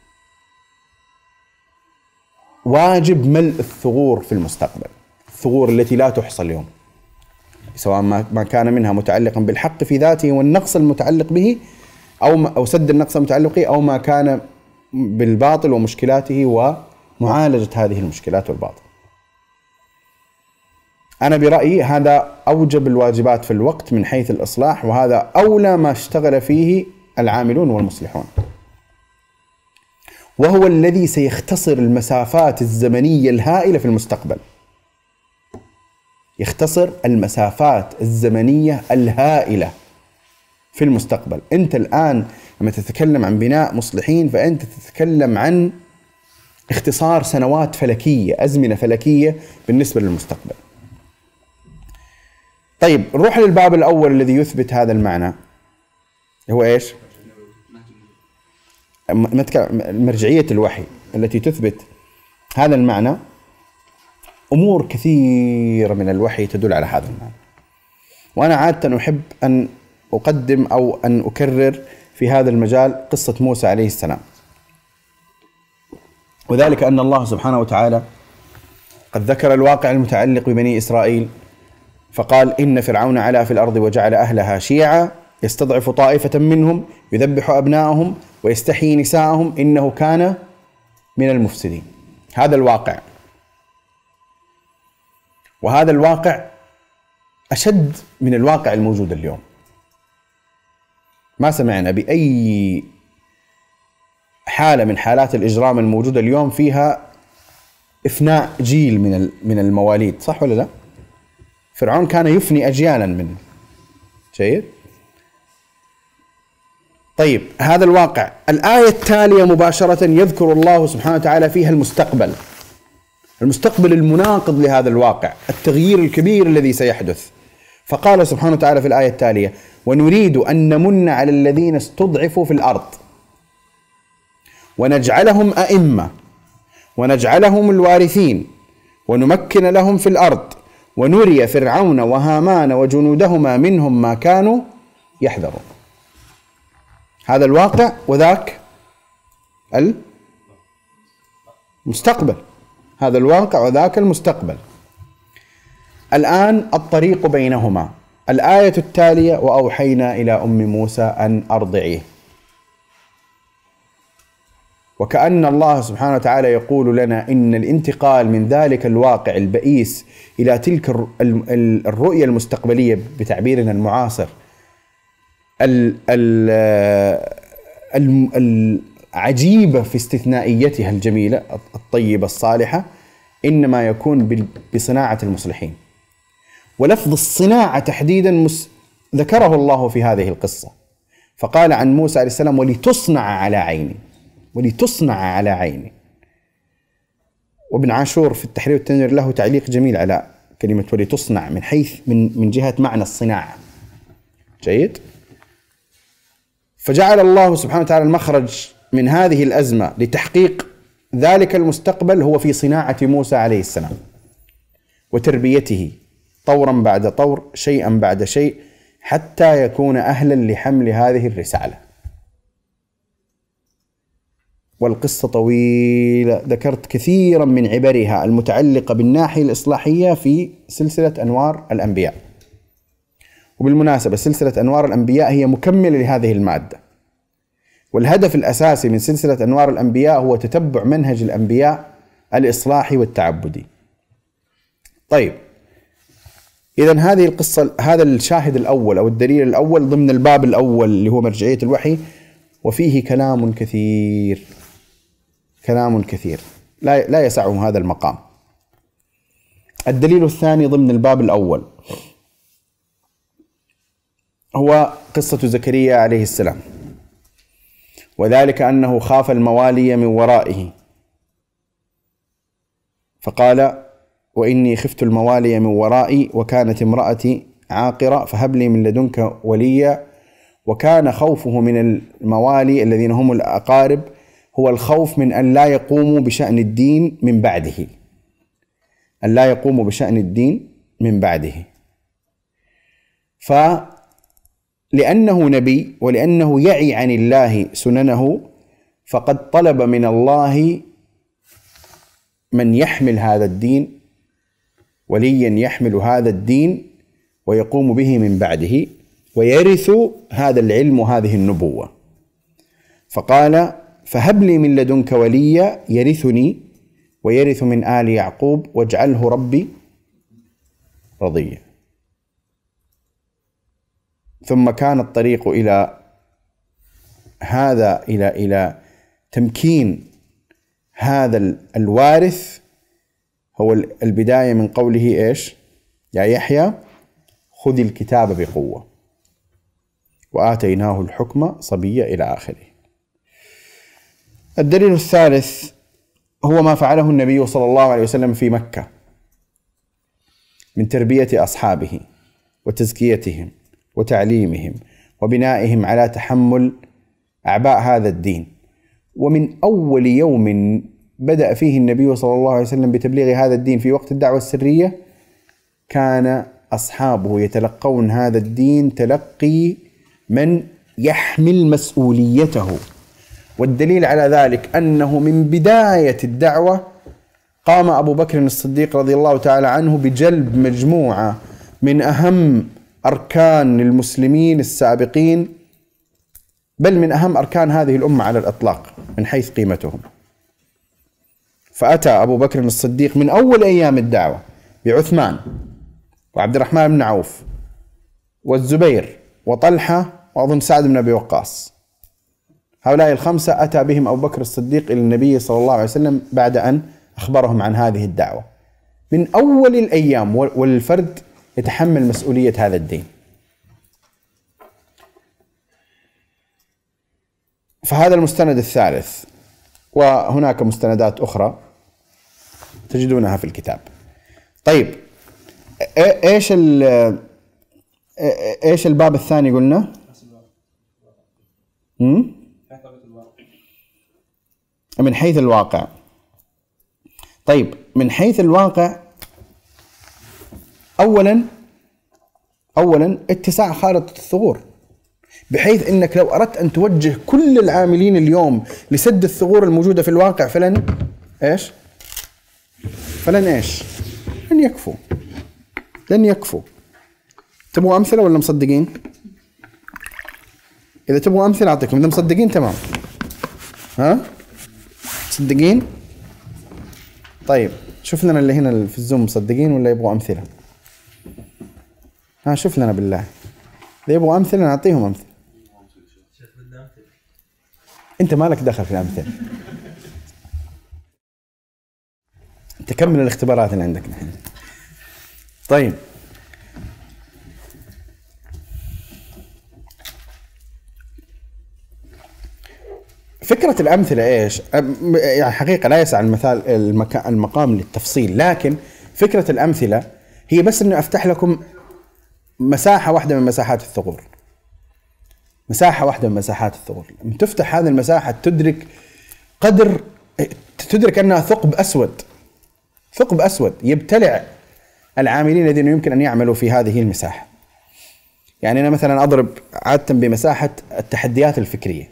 S1: واجب ملء الثغور في المستقبل، الثغور التي لا تحصى اليوم، سواء ما كان منها متعلقا بالحق في ذاته والنقص المتعلق به، أو أو سد النقص المتعلق به، أو ما كان بالباطل ومشكلاته ومعالجة هذه المشكلات والباطل. أنا برأيي هذا أوجب الواجبات في الوقت من حيث الإصلاح، وهذا أولى ما اشتغل فيه العاملون والمصلحون، وهو الذي سيختصر المسافات الزمنية الهائلة في المستقبل. يختصر المسافات الزمنية الهائلة في المستقبل. أنت الآن لما تتكلم عن بناء مصلحين فأنت تتكلم عن اختصار سنوات فلكية، أزمنة فلكية بالنسبة للمستقبل. طيب، نروح للباب الأول الذي يثبت هذا المعنى، هو إيش؟ مرجعية الوحي التي تثبت هذا المعنى. أمور كثيرة من الوحي تدل على هذا المعنى، وأنا عادة أحب أن أقدم أو أن أكرر في هذا المجال قصة موسى عليه السلام، وذلك أن الله سبحانه وتعالى قد ذكر الواقع المتعلق ببني إسرائيل فقال: إن فرعون علا في الأرض وجعل أهلها شيعا يستضعف طائفة منهم يذبح أبناءهم ويستحيي نساءهم إنه كان من المفسدين. هذا الواقع، وهذا الواقع أشد من الواقع الموجود اليوم. ما سمعنا بأي حالة من حالات الإجرام الموجودة اليوم فيها إفناء جيل من من المواليد، صح ولا لا؟ فرعون كان يفني أجيالا منه. جيد؟ طيب، هذا الواقع. الآية التالية مباشرة يذكر الله سبحانه وتعالى فيها المستقبل، المستقبل المناقض لهذا الواقع، التغيير الكبير الذي سيحدث. فقال سبحانه وتعالى في الآية التالية: ونريد أن نمن على الذين استضعفوا في الأرض ونجعلهم أئمة ونجعلهم الوارثين ونمكن لهم في الأرض ونري فرعون وهامان وجنودهما منهم ما كانوا يحذرون. هذا الواقع وذاك المستقبل، هذا الواقع وذاك المستقبل. الآن الطريق بينهما. الآية التالية: وأوحينا إلى أم موسى أن أرضعيه. وكأن الله سبحانه وتعالى يقول لنا إن الانتقال من ذلك الواقع البئيس إلى تلك الرؤية المستقبلية بتعبيرنا المعاصر عجيبة في استثنائيتها الجميلة الطيبة الصالحة إنما يكون بصناعة المصلحين. ولفظ الصناعة تحديدا ذكره الله في هذه القصة، فقال عن موسى عليه السلام ولتصنع على عيني، ولتصنع على عيني. وابن عاشور في التحرير والتنوير له تعليق جميل على كلمة ولتصنع من حيث من من جهة معنى الصناعة. جيد. فجعل الله سبحانه وتعالى المخرج من هذه الأزمة لتحقيق ذلك المستقبل هو في صناعة موسى عليه السلام وتربيته طورا بعد طور، شيئا بعد شيء، حتى يكون أهلا لحمل هذه الرسالة. والقصة طويلة، ذكرت كثيرا من عبرها المتعلقة بالناحية الإصلاحية في سلسلة أنوار الأنبياء. وبالمناسبة سلسلة أنوار الأنبياء هي مكملة لهذه المادة، والهدف الأساسي من سلسلة أنوار الأنبياء هو تتبع منهج الأنبياء الإصلاحي والتعبدي. طيب، إذن هذه القصة، هذا الشاهد الأول أو الدليل الأول ضمن الباب الأول اللي هو مرجعية الوحي، وفيه كلام كثير كلام كثير لا لا يسعه هذا المقام. الدليل الثاني ضمن الباب الأول هو قصة زكريا عليه السلام، وذلك أنه خاف الموالي من ورائه فقال وإني خفت الموالي من ورائي وكانت امرأتي عاقرة فهب لي من لدنك وليا. وكان خوفه من الموالي الذين هم الأقارب هو الخوف من أن لا يقوموا بشأن الدين من بعده، أن لا يقوموا بشأن الدين من بعده. فلأنه نبي ولأنه يعي عن الله سننه فقد طلب من الله من يحمل هذا الدين، وليا يحمل هذا الدين ويقوم به من بعده ويرث هذا العلم وهذه النبوة. فقال فهب لي من لدنك وليا يرثني ويرث من آل يعقوب واجعله ربي رضيا. ثم كان الطريق إلى هذا إلى إلى تمكين هذا الوارث هو البداية من قوله إيش؟ يا يحيى خذ الكتاب بقوة وآتيناه الحكم صبيا إلى آخره. الدليل الثالث هو ما فعله النبي صلى الله عليه وسلم في مكة من تربية أصحابه وتزكيتهم وتعليمهم وبنائهم على تحمل أعباء هذا الدين. ومن أول يوم بدأ فيه النبي صلى الله عليه وسلم بتبليغ هذا الدين في وقت الدعوة السرية كان أصحابه يتلقون هذا الدين تلقي من يحمل مسؤوليته. والدليل على ذلك أنه من بداية الدعوة قام أبو بكر الصديق رضي الله تعالى عنه بجلب مجموعة من أهم أركان المسلمين السابقين، بل من أهم أركان هذه الأمة على الإطلاق من حيث قيمتهم. فأتى أبو بكر الصديق من أول أيام الدعوة بعثمان وعبد الرحمن بن عوف والزبير وطلحة وأظن سعد بن أبي وقاص. هؤلاء الخمسة أتى بهم أبو بكر الصديق إلى النبي صلى الله عليه وسلم بعد أن أخبرهم عن هذه الدعوة من أول الأيام، والفرد يتحمل مسؤولية هذا الدين. فهذا المستند الثالث، وهناك مستندات أخرى تجدونها في الكتاب. طيب، إيش إيش الباب الثاني قلنا؟ من حيث الواقع. طيب، من حيث الواقع أولا أولا اتساع خارطة الثغور، بحيث أنك لو أردت أن توجه كل العاملين اليوم لسد الثغور الموجودة في الواقع فلن إيش؟ فلن إيش؟ لن يكفوا لن يكفوا. تبغوا أمثلة ولا مصدقين؟ إذا تبغوا أمثلة أعطيكم، إذا مصدقين تمام. ها؟ مصدقين؟ طيب شوف لنا اللي هنا في الزوم مصدقين ولا يبغوا أمثلة؟ ها شوف لنا بالله، إذا يبغوا أمثلة نعطيهم أمثلة. انت مالك دخل في الامثله. تكمل الاختبارات اللي عندك الحين. طيب فكرة الأمثلة إيش؟ يعني حقيقة لا يسع المثال المكان المقام للتفصيل، لكن فكرة الأمثلة هي بس إنه أفتح لكم مساحة واحدة من مساحات الثغور. مساحة واحدة من مساحات الثغور، لما تفتح هذه المساحة تدرك قدر، تدرك أنها ثقب أسود، ثقب أسود يبتلع العاملين الذين يمكن أن يعملوا في هذه المساحة. يعني أنا مثلا أضرب عادة بمساحة التحديات الفكرية.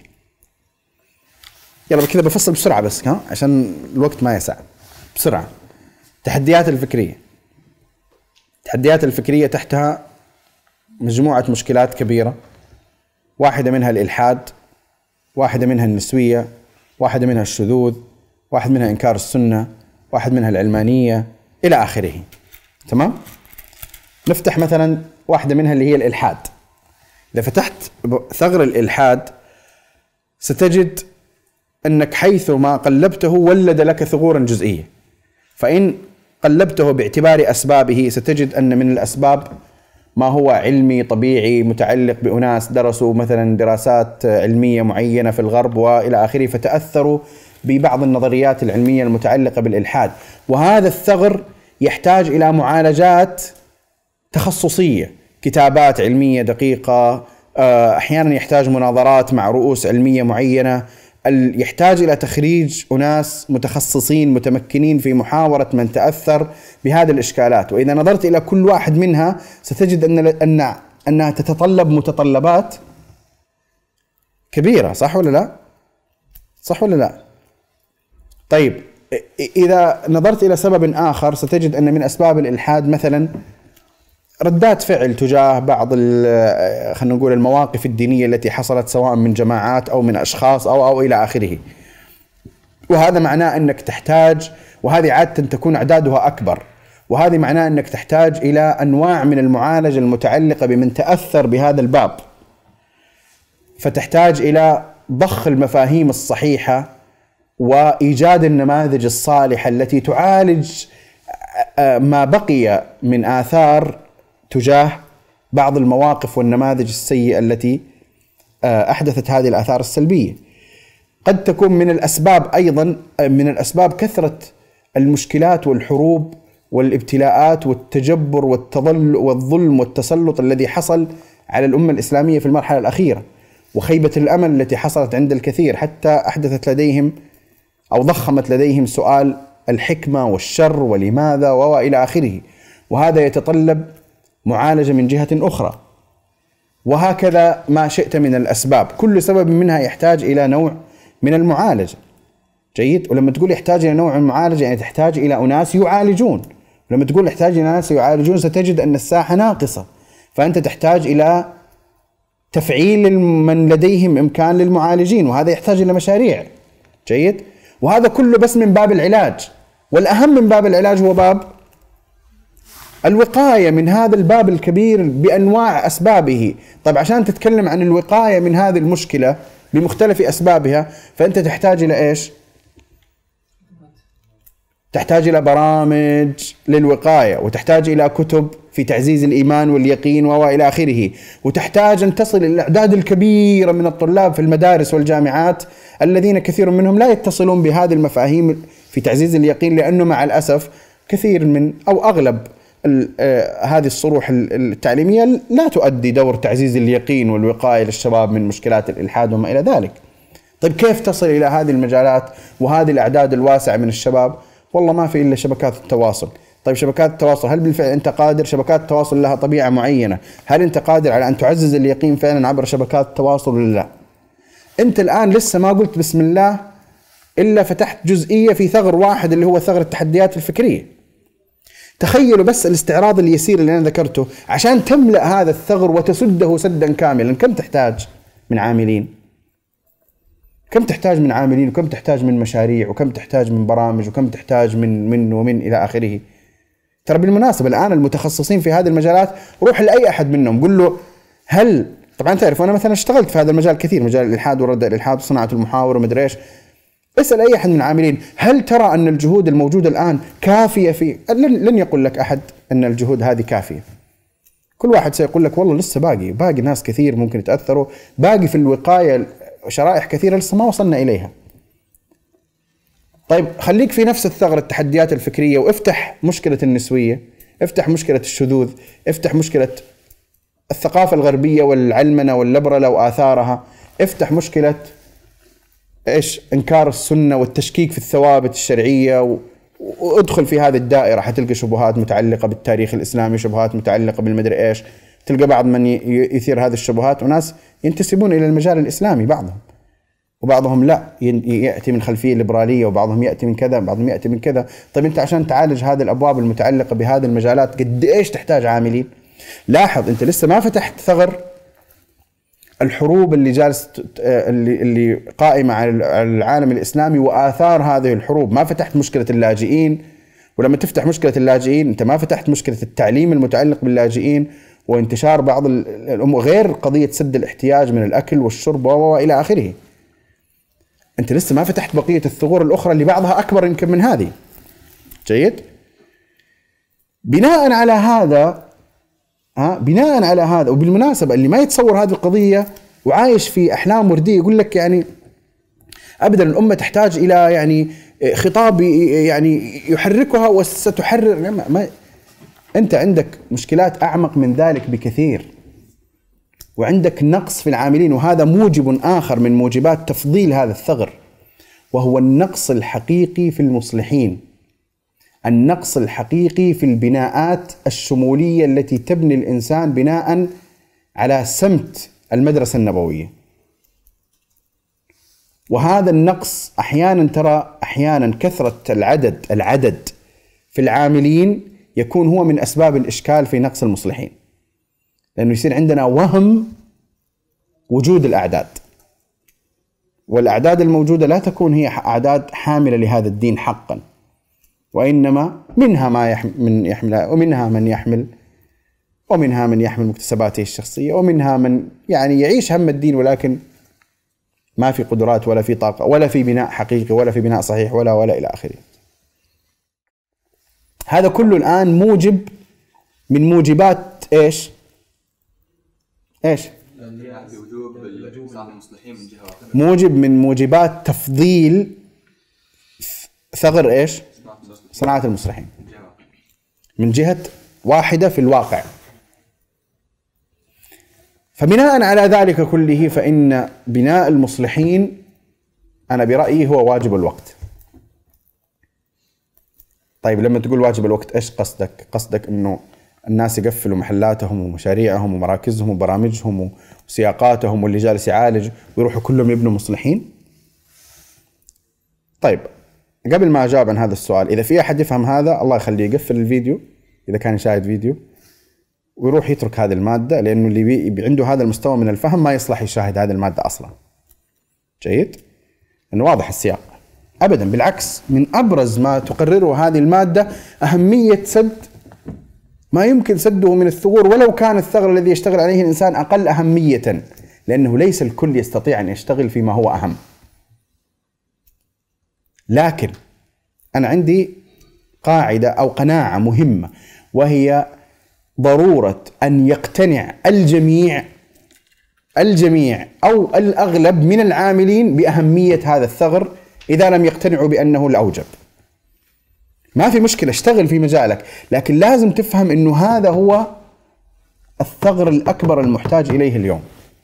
S1: يلا كذا بفصل بسرعة بس ها عشان الوقت ما يسع. بسرعة. التحديات الفكرية. التحديات الفكرية تحتها مجموعة مشكلات كبيرة، واحدة منها الإلحاد، واحدة منها النسوية، واحدة منها الشذوذ، واحد منها إنكار السنة، واحد منها العلمانية إلى آخره. تمام؟ نفتح مثلا واحدة منها اللي هي الإلحاد. إذا فتحت ثغر الإلحاد ستجد أنك حيثما قلبته ولد لك ثغورا جزئية. فإن قلبته باعتبار أسبابه ستجد أن من الأسباب ما هو علمي طبيعي متعلق بأناس درسوا مثلا دراسات علمية معينة في الغرب وإلى آخره، فتأثروا ببعض النظريات العلمية المتعلقة بالإلحاد، وهذا الثغر يحتاج إلى معالجات تخصصية، كتابات علمية دقيقة، أحيانا يحتاج مناظرات مع رؤوس علمية معينة، يحتاج إلى تخريج أناس متخصصين متمكنين في محاورة من تأثر بهذه الإشكالات. وإذا نظرت إلى كل واحد منها ستجد أن أن أنها تتطلب متطلبات كبيرة. صح ولا لا؟ صح ولا لا؟ طيب إذا نظرت إلى سبب آخر ستجد أن من أسباب الإلحاد مثلا ردات فعل تجاه بعض خلينا نقول المواقف الدينية التي حصلت سواء من جماعات أو من أشخاص أو أو إلى آخره. وهذا معناه أنك تحتاج، وهذه عادة تكون أعدادها أكبر، وهذه معناه أنك تحتاج إلى أنواع من المعالجة المتعلقة بمن تأثر بهذا الباب، فتحتاج إلى ضخ المفاهيم الصحيحة وإيجاد النماذج الصالحة التي تعالج ما بقي من آثار تجاه بعض المواقف والنماذج السيئة التي أحدثت هذه الآثار السلبية. قد تكون من الأسباب أيضا من الأسباب كثرة المشكلات والحروب والابتلاءات والتجبر والتظل والظلم والتسلط الذي حصل على الأمة الإسلامية في المرحلة الأخيرة، وخيبة الأمل التي حصلت عند الكثير حتى أحدثت لديهم أو ضخمت لديهم سؤال الحكمة والشر ولماذا وإلى آخره. وهذا يتطلب معالجة من جهة أخرى، وهكذا ما شئت من الأسباب، كل سبب منها يحتاج إلى نوع من المعالجة. جيد؟ ولما تقول يحتاج إلى نوع من المعالجة يعني تحتاج إلى أناس يعالجون. ولما تقول يحتاج إلى ناس يعالجون ستجد أن الساحة ناقصة، فأنت تحتاج إلى تفعيل من لديهم إمكان للمعالجين، وهذا يحتاج إلى مشاريع. جيد؟ وهذا كله بس من باب العلاج، والأهم من باب العلاج هو باب الوقاية من هذا الباب الكبير بأنواع أسبابه. طيب عشان تتكلم عن الوقاية من هذه المشكلة بمختلف أسبابها فأنت تحتاج إلى إيش؟ تحتاج إلى برامج للوقاية، وتحتاج إلى كتب في تعزيز الإيمان واليقين وإلى آخره، وتحتاج أن تصل إلى الأعداد الكبيرة من الطلاب في المدارس والجامعات الذين كثير منهم لا يتصلون بهذه المفاهيم في تعزيز اليقين، لأنه مع الأسف كثير من أو أغلب هذه الصروح التعليمية لا تؤدي دور تعزيز اليقين والوقاية للشباب من مشكلات الإلحاد وما إلى ذلك. طيب كيف تصل إلى هذه المجالات وهذه الأعداد الواسعة من الشباب؟ والله ما في إلا شبكات التواصل. طيب شبكات التواصل، هل بالفعل أنت قادر؟ شبكات التواصل لها طبيعة معينة، هل أنت قادر على أن تعزز اليقين فعلا عبر شبكات التواصل ولا لا؟ أنت الآن لسه ما قلت بسم الله إلا فتحت جزئية في ثغر واحد اللي هو ثغر التحديات الفكرية. تخيلوا بس الاستعراض اليسير اللي أنا ذكرته عشان تملأ هذا الثغر وتسده سدا كاملا، كم تحتاج من عاملين؟ كم تحتاج من عاملين وكم تحتاج من مشاريع وكم تحتاج من برامج وكم تحتاج من من ومن إلى آخره. ترى بالمناسبة الآن المتخصصين في هذه المجالات روح لأي أحد منهم قل له هل طبعا تعرف أنا مثلا اشتغلت في هذا المجال كثير، مجال الإلحاد ورد الإلحاد وصناعة المحاور ومدري إيش. اسأل أي أحد من العاملين هل ترى أن الجهود الموجودة الآن كافية في؟ لن, لن يقول لك أحد أن الجهود هذه كافية. كل واحد سيقول لك والله لسه باقي باقي ناس كثير ممكن يتأثروا، باقي في الوقاية شرائح كثيرة لسه ما وصلنا إليها. طيب خليك في نفس الثغرة التحديات الفكرية وافتح مشكلة النسوية، افتح مشكلة الشذوذ، افتح مشكلة الثقافة الغربية والعلمنة واللبرلة وآثارها، افتح مشكلة ايش انكار السنة والتشكيك في الثوابت الشرعية و... وادخل في هذه الدائرة حتلقى شبهات متعلقة بالتاريخ الإسلامي، شبهات متعلقة بالمدري ايش، تلقى بعض من ي... يثير هذه الشبهات وناس ينتسبون إلى المجال الإسلامي بعضهم، وبعضهم لا يأتي من خلفية ليبرالية، وبعضهم يأتي من كذا، وبعضهم يأتي من كذا. طيب أنت عشان تعالج هذه الأبواب المتعلقة بهذه المجالات قد إيش تحتاج عاملين؟ لاحظ أنت لسه ما فتحت ثغر الحروب اللي جالس اللي اللي قائمة على العالم الإسلامي وآثار هذه الحروب، ما فتحت مشكلة اللاجئين. ولما تفتح مشكلة اللاجئين أنت ما فتحت مشكلة التعليم المتعلق باللاجئين وانتشار بعض الأمور، غير قضية سد الاحتياج من الأكل والشرب وإلى آخره. أنت لسه ما فتحت بقية الثغور الأخرى اللي بعضها أكبر يمكن من هذه. جيد؟ بناء على هذا ها بناء على هذا وبالمناسبة اللي ما يتصور هذه القضية وعايش في أحلام وردية يقول لك يعني أبدا الأمة تحتاج إلى يعني خطاب يعني يحركها وستحرر. ما أنت عندك مشكلات أعمق من ذلك بكثير، وعندك نقص في العاملين، وهذا موجب آخر من موجبات تفضيل هذا الثغر، وهو النقص الحقيقي في المصلحين، النقص الحقيقي في البناءات الشمولية التي تبني الإنسان بناء على سمت المدرسة النبوية. وهذا النقص أحيانا ترى أحيانا كثرة العدد العدد في العاملين يكون هو من أسباب الإشكال في نقص المصلحين، لأنه يصير عندنا وهم وجود الأعداد، والأعداد الموجودة لا تكون هي أعداد حاملة لهذا الدين حقا، وإنما منها ما يحمل من يحمل ومنها من يحمل ومنها من يحمل مكتسباته الشخصية، ومنها من يعني يعيش هم الدين ولكن ما في قدرات ولا في طاقة ولا في بناء حقيقي ولا في بناء صحيح ولا ولا إلى آخره. هذا كله الآن موجب من موجبات إيش؟ إيش؟ موجب من موجبات تفضيل ثغر إيش؟ صناعة المصلحين من جهة واحدة في الواقع. فبناء على ذلك كله فإن بناء المصلحين أنا برأيي هو واجب الوقت. طيب لما تقول واجب الوقت إيش قصدك؟ قصدك إنه الناس يقفلوا محلاتهم ومشاريعهم ومراكزهم وبرامجهم وسياقاتهم واللي جالس يعالج ويروحوا كلهم يبنوا مصلحين؟ طيب قبل ما أجاوب عن هذا السؤال، إذا في أحد يفهم هذا الله يخليه يقفل الفيديو إذا كان يشاهد فيديو ويروح يترك هذه المادة، لأنه اللي بي عنده هذا المستوى من الفهم ما يصلح يشاهد هذه المادة أصلا. جيد؟ إنه واضح السياق. أبدا بالعكس، من أبرز ما تقرره هذه المادة أهمية سد ما يمكن سده من الثغور، ولو كان الثغر الذي يشتغل عليه الإنسان أقل أهمية، لأنه ليس الكل يستطيع أن يشتغل فيما هو أهم. لكن أنا عندي قاعدة أو قناعة مهمة، وهي ضرورة أن يقتنع الجميع الجميع أو الأغلب من العاملين بأهمية هذا الثغر إذا لم يقتنعوا بأنه الأوجب. ما في مشكلة اشتغل في مجالك، لكن لازم تفهم أنه هذا هو الثغر الأكبر المحتاج إليه اليوم.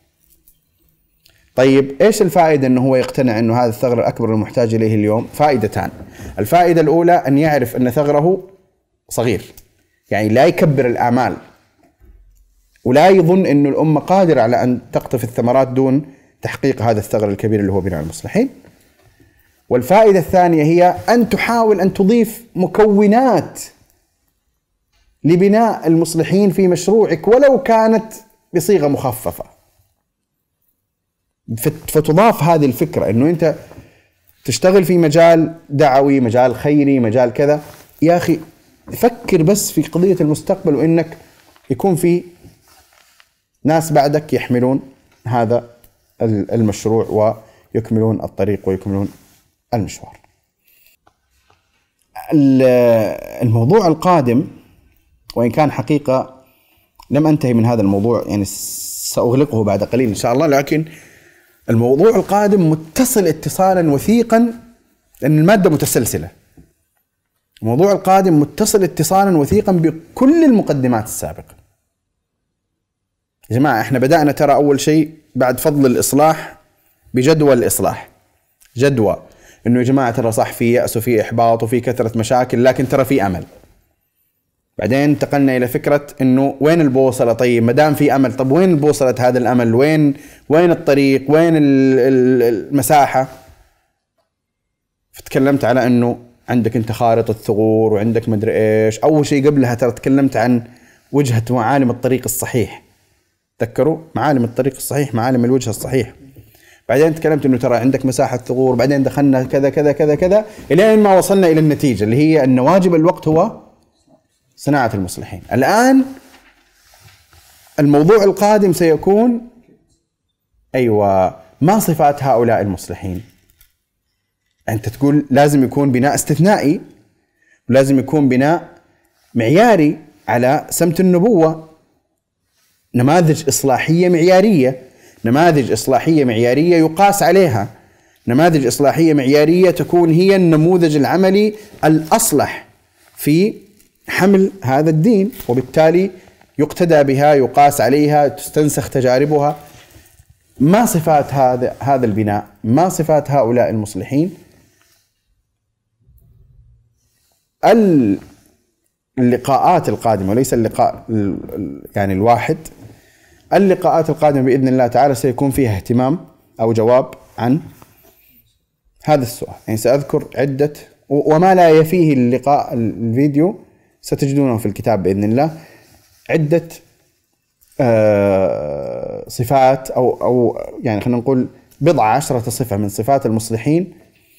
S1: طيب إيش الفائدة أنه هو يقتنع أنه هذا الثغر الأكبر المحتاج إليه اليوم؟ فائدتان. الفائدة الأولى أن يعرف أن ثغره صغير، يعني لا يكبر الآمال ولا يظن أن الأمة قادرة على أن تقطف الثمرات دون تحقيق هذا الثغر الكبير اللي هو بناء المصلحين. والفائدة الثانية هي أن تحاول أن تضيف مكونات لبناء المصلحين في مشروعك ولو كانت بصيغة مخففة، فتضاف هذه الفكرة أنه أنت تشتغل في مجال دعوي، مجال خيري، مجال كذا. يا أخي فكر بس في قضية المستقبل، وإنك يكون في ناس بعدك يحملون هذا المشروع ويكملون الطريق ويكملون المشوار. الموضوع القادم، وإن كان حقيقة لم أنتهي من هذا الموضوع، يعني سأغلقه بعد قليل إن شاء الله، لكن الموضوع القادم متصل اتصالا وثيقا لأن المادة متسلسلة. الموضوع القادم متصل اتصالا وثيقا بكل المقدمات السابقة. يا جماعة احنا بدأنا ترى أول شيء بعد فضل الإصلاح بجدوى الإصلاح، جدوى إنه يا جماعة ترى صح في يأس وفي إحباط وفي كثرة مشاكل، لكن ترى في أمل. بعدين انتقلنا إلى فكرة إنه وين البوصلة؟ طيب ما دام في أمل، طب وين البوصلة هذا الأمل؟ وين وين الطريق؟ وين المساحة؟ فتكلمت على إنه عندك أنت خارطة ثغور وعندك مدري إيش. أول شيء قبلها ترى تكلمت عن وجهة معالم الطريق الصحيح. تذكروا معالم الطريق الصحيح، معالم الوجه الصحيح. بعدين تكلمت إنه ترى عندك مساحة ثغور، بعدين دخلنا كذا كذا كذا كذا إلى ما وصلنا إلى النتيجة اللي هي أن واجب الوقت هو صناعة المصلحين. الآن الموضوع القادم سيكون أيوة ما صفات هؤلاء المصلحين. أنت تقول لازم يكون بناء استثنائي، ولازم يكون بناء معياري على سمت النبوة، نماذج إصلاحية معيارية، نماذج إصلاحية معيارية يقاس عليها، نماذج إصلاحية معيارية تكون هي النموذج العملي الأصلح في حمل هذا الدين، وبالتالي يقتدى بها، يقاس عليها، تستنسخ تجاربها. ما صفات هذا هذا البناء؟ ما صفات هؤلاء المصلحين؟ اللقاءات القادمة، وليس اللقاء يعني الواحد، اللقاءات القادمة بإذن الله تعالى سيكون فيها اهتمام أو جواب عن هذا السؤال. يعني سأذكر عدة، وما لا يفيه اللقاء الفيديو ستجدونه في الكتاب بإذن الله، عدة آه صفات أو أو يعني خلينا نقول بضع عشرة صفة من صفات المصلحين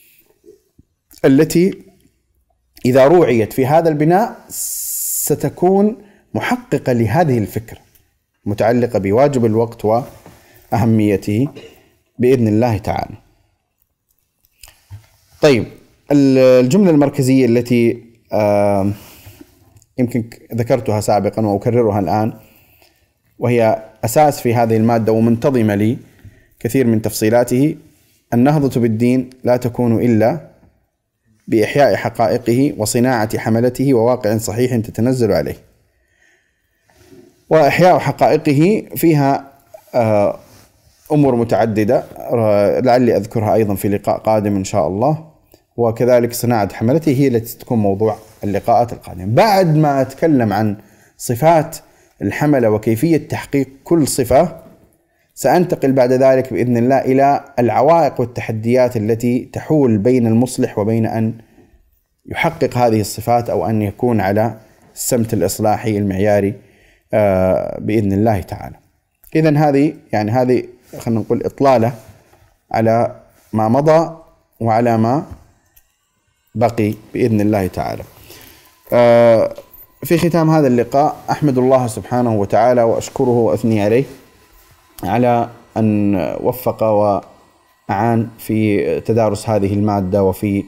S1: التي إذا روعيت في هذا البناء ستكون محققة لهذه الفكرة، متعلقة بواجب الوقت وأهميته بإذن الله تعالى. طيب، الجملة المركزية التي آه يمكن ذكرتها سابقا وأكررها الآن، وهي أساس في هذه المادة ومنتظمة لي كثير من تفصيلاته: النهضة بالدين لا تكون إلا بإحياء حقائقه وصناعة حملته وواقع صحيح تتنزل عليه. وإحياء حقائقه فيها أمور متعددة لعلي أذكرها أيضا في لقاء قادم إن شاء الله، وكذلك صناعة حملته هي التي تكون موضوع اللقاءات القادمة. بعد ما أتكلم عن صفات الحملة وكيفية تحقيق كل صفة، سأنتقل بعد ذلك بإذن الله إلى العوائق والتحديات التي تحول بين المصلح وبين أن يحقق هذه الصفات أو أن يكون على السمت الإصلاحي المعياري بإذن الله تعالى. إذن هذه يعني هذه خلينا نقول إطلالة على ما مضى وعلى ما بقي بإذن الله تعالى. في ختام هذا اللقاء أحمد الله سبحانه وتعالى وأشكره وأثني عليه على أن وفق وأعان في تدارس هذه المادة وفي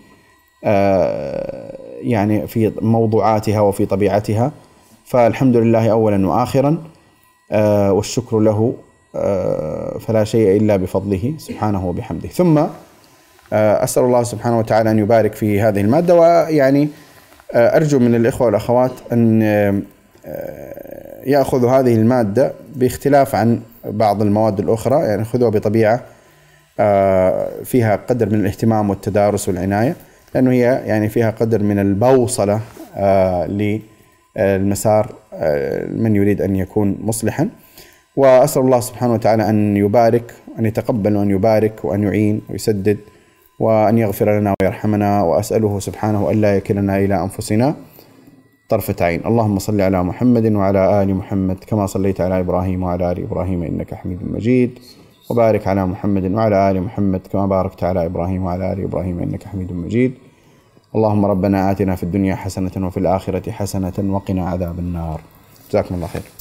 S1: يعني في موضوعاتها وفي طبيعتها، فالحمد لله أولا وآخرا، والشكر له فلا شيء إلا بفضله سبحانه وبحمده. ثم أسأل الله سبحانه وتعالى أن يبارك في هذه المادة، ويعني أرجو من الإخوة والأخوات أن يأخذوا هذه المادة باختلاف عن بعض المواد الأخرى، يعني خذوها بطبيعة فيها قدر من الاهتمام والتدارس والعناية، لأنه هي يعني فيها قدر من البوصلة للمسار من يريد أن يكون مصلحا. وأسأل الله سبحانه وتعالى أن يبارك، أن يتقبل وأن يبارك وأن يعين ويسدد وأن يغفر لنا ويرحمنا، وأسأله سبحانه أن لا يكلنا إلى أنفسنا طرفة عين. اللهم صل على محمد وعلى آل محمد كما صليت على إبراهيم وعلى آل إبراهيم إنك حميد مجيد، وبارك على محمد وعلى آل محمد كما باركت على إبراهيم وعلى آل إبراهيم إنك حميد مجيد. اللهم ربنا آتنا في الدنيا حسنة وفي الآخرة حسنة وقنا عذاب النار. جزاكم الله خير.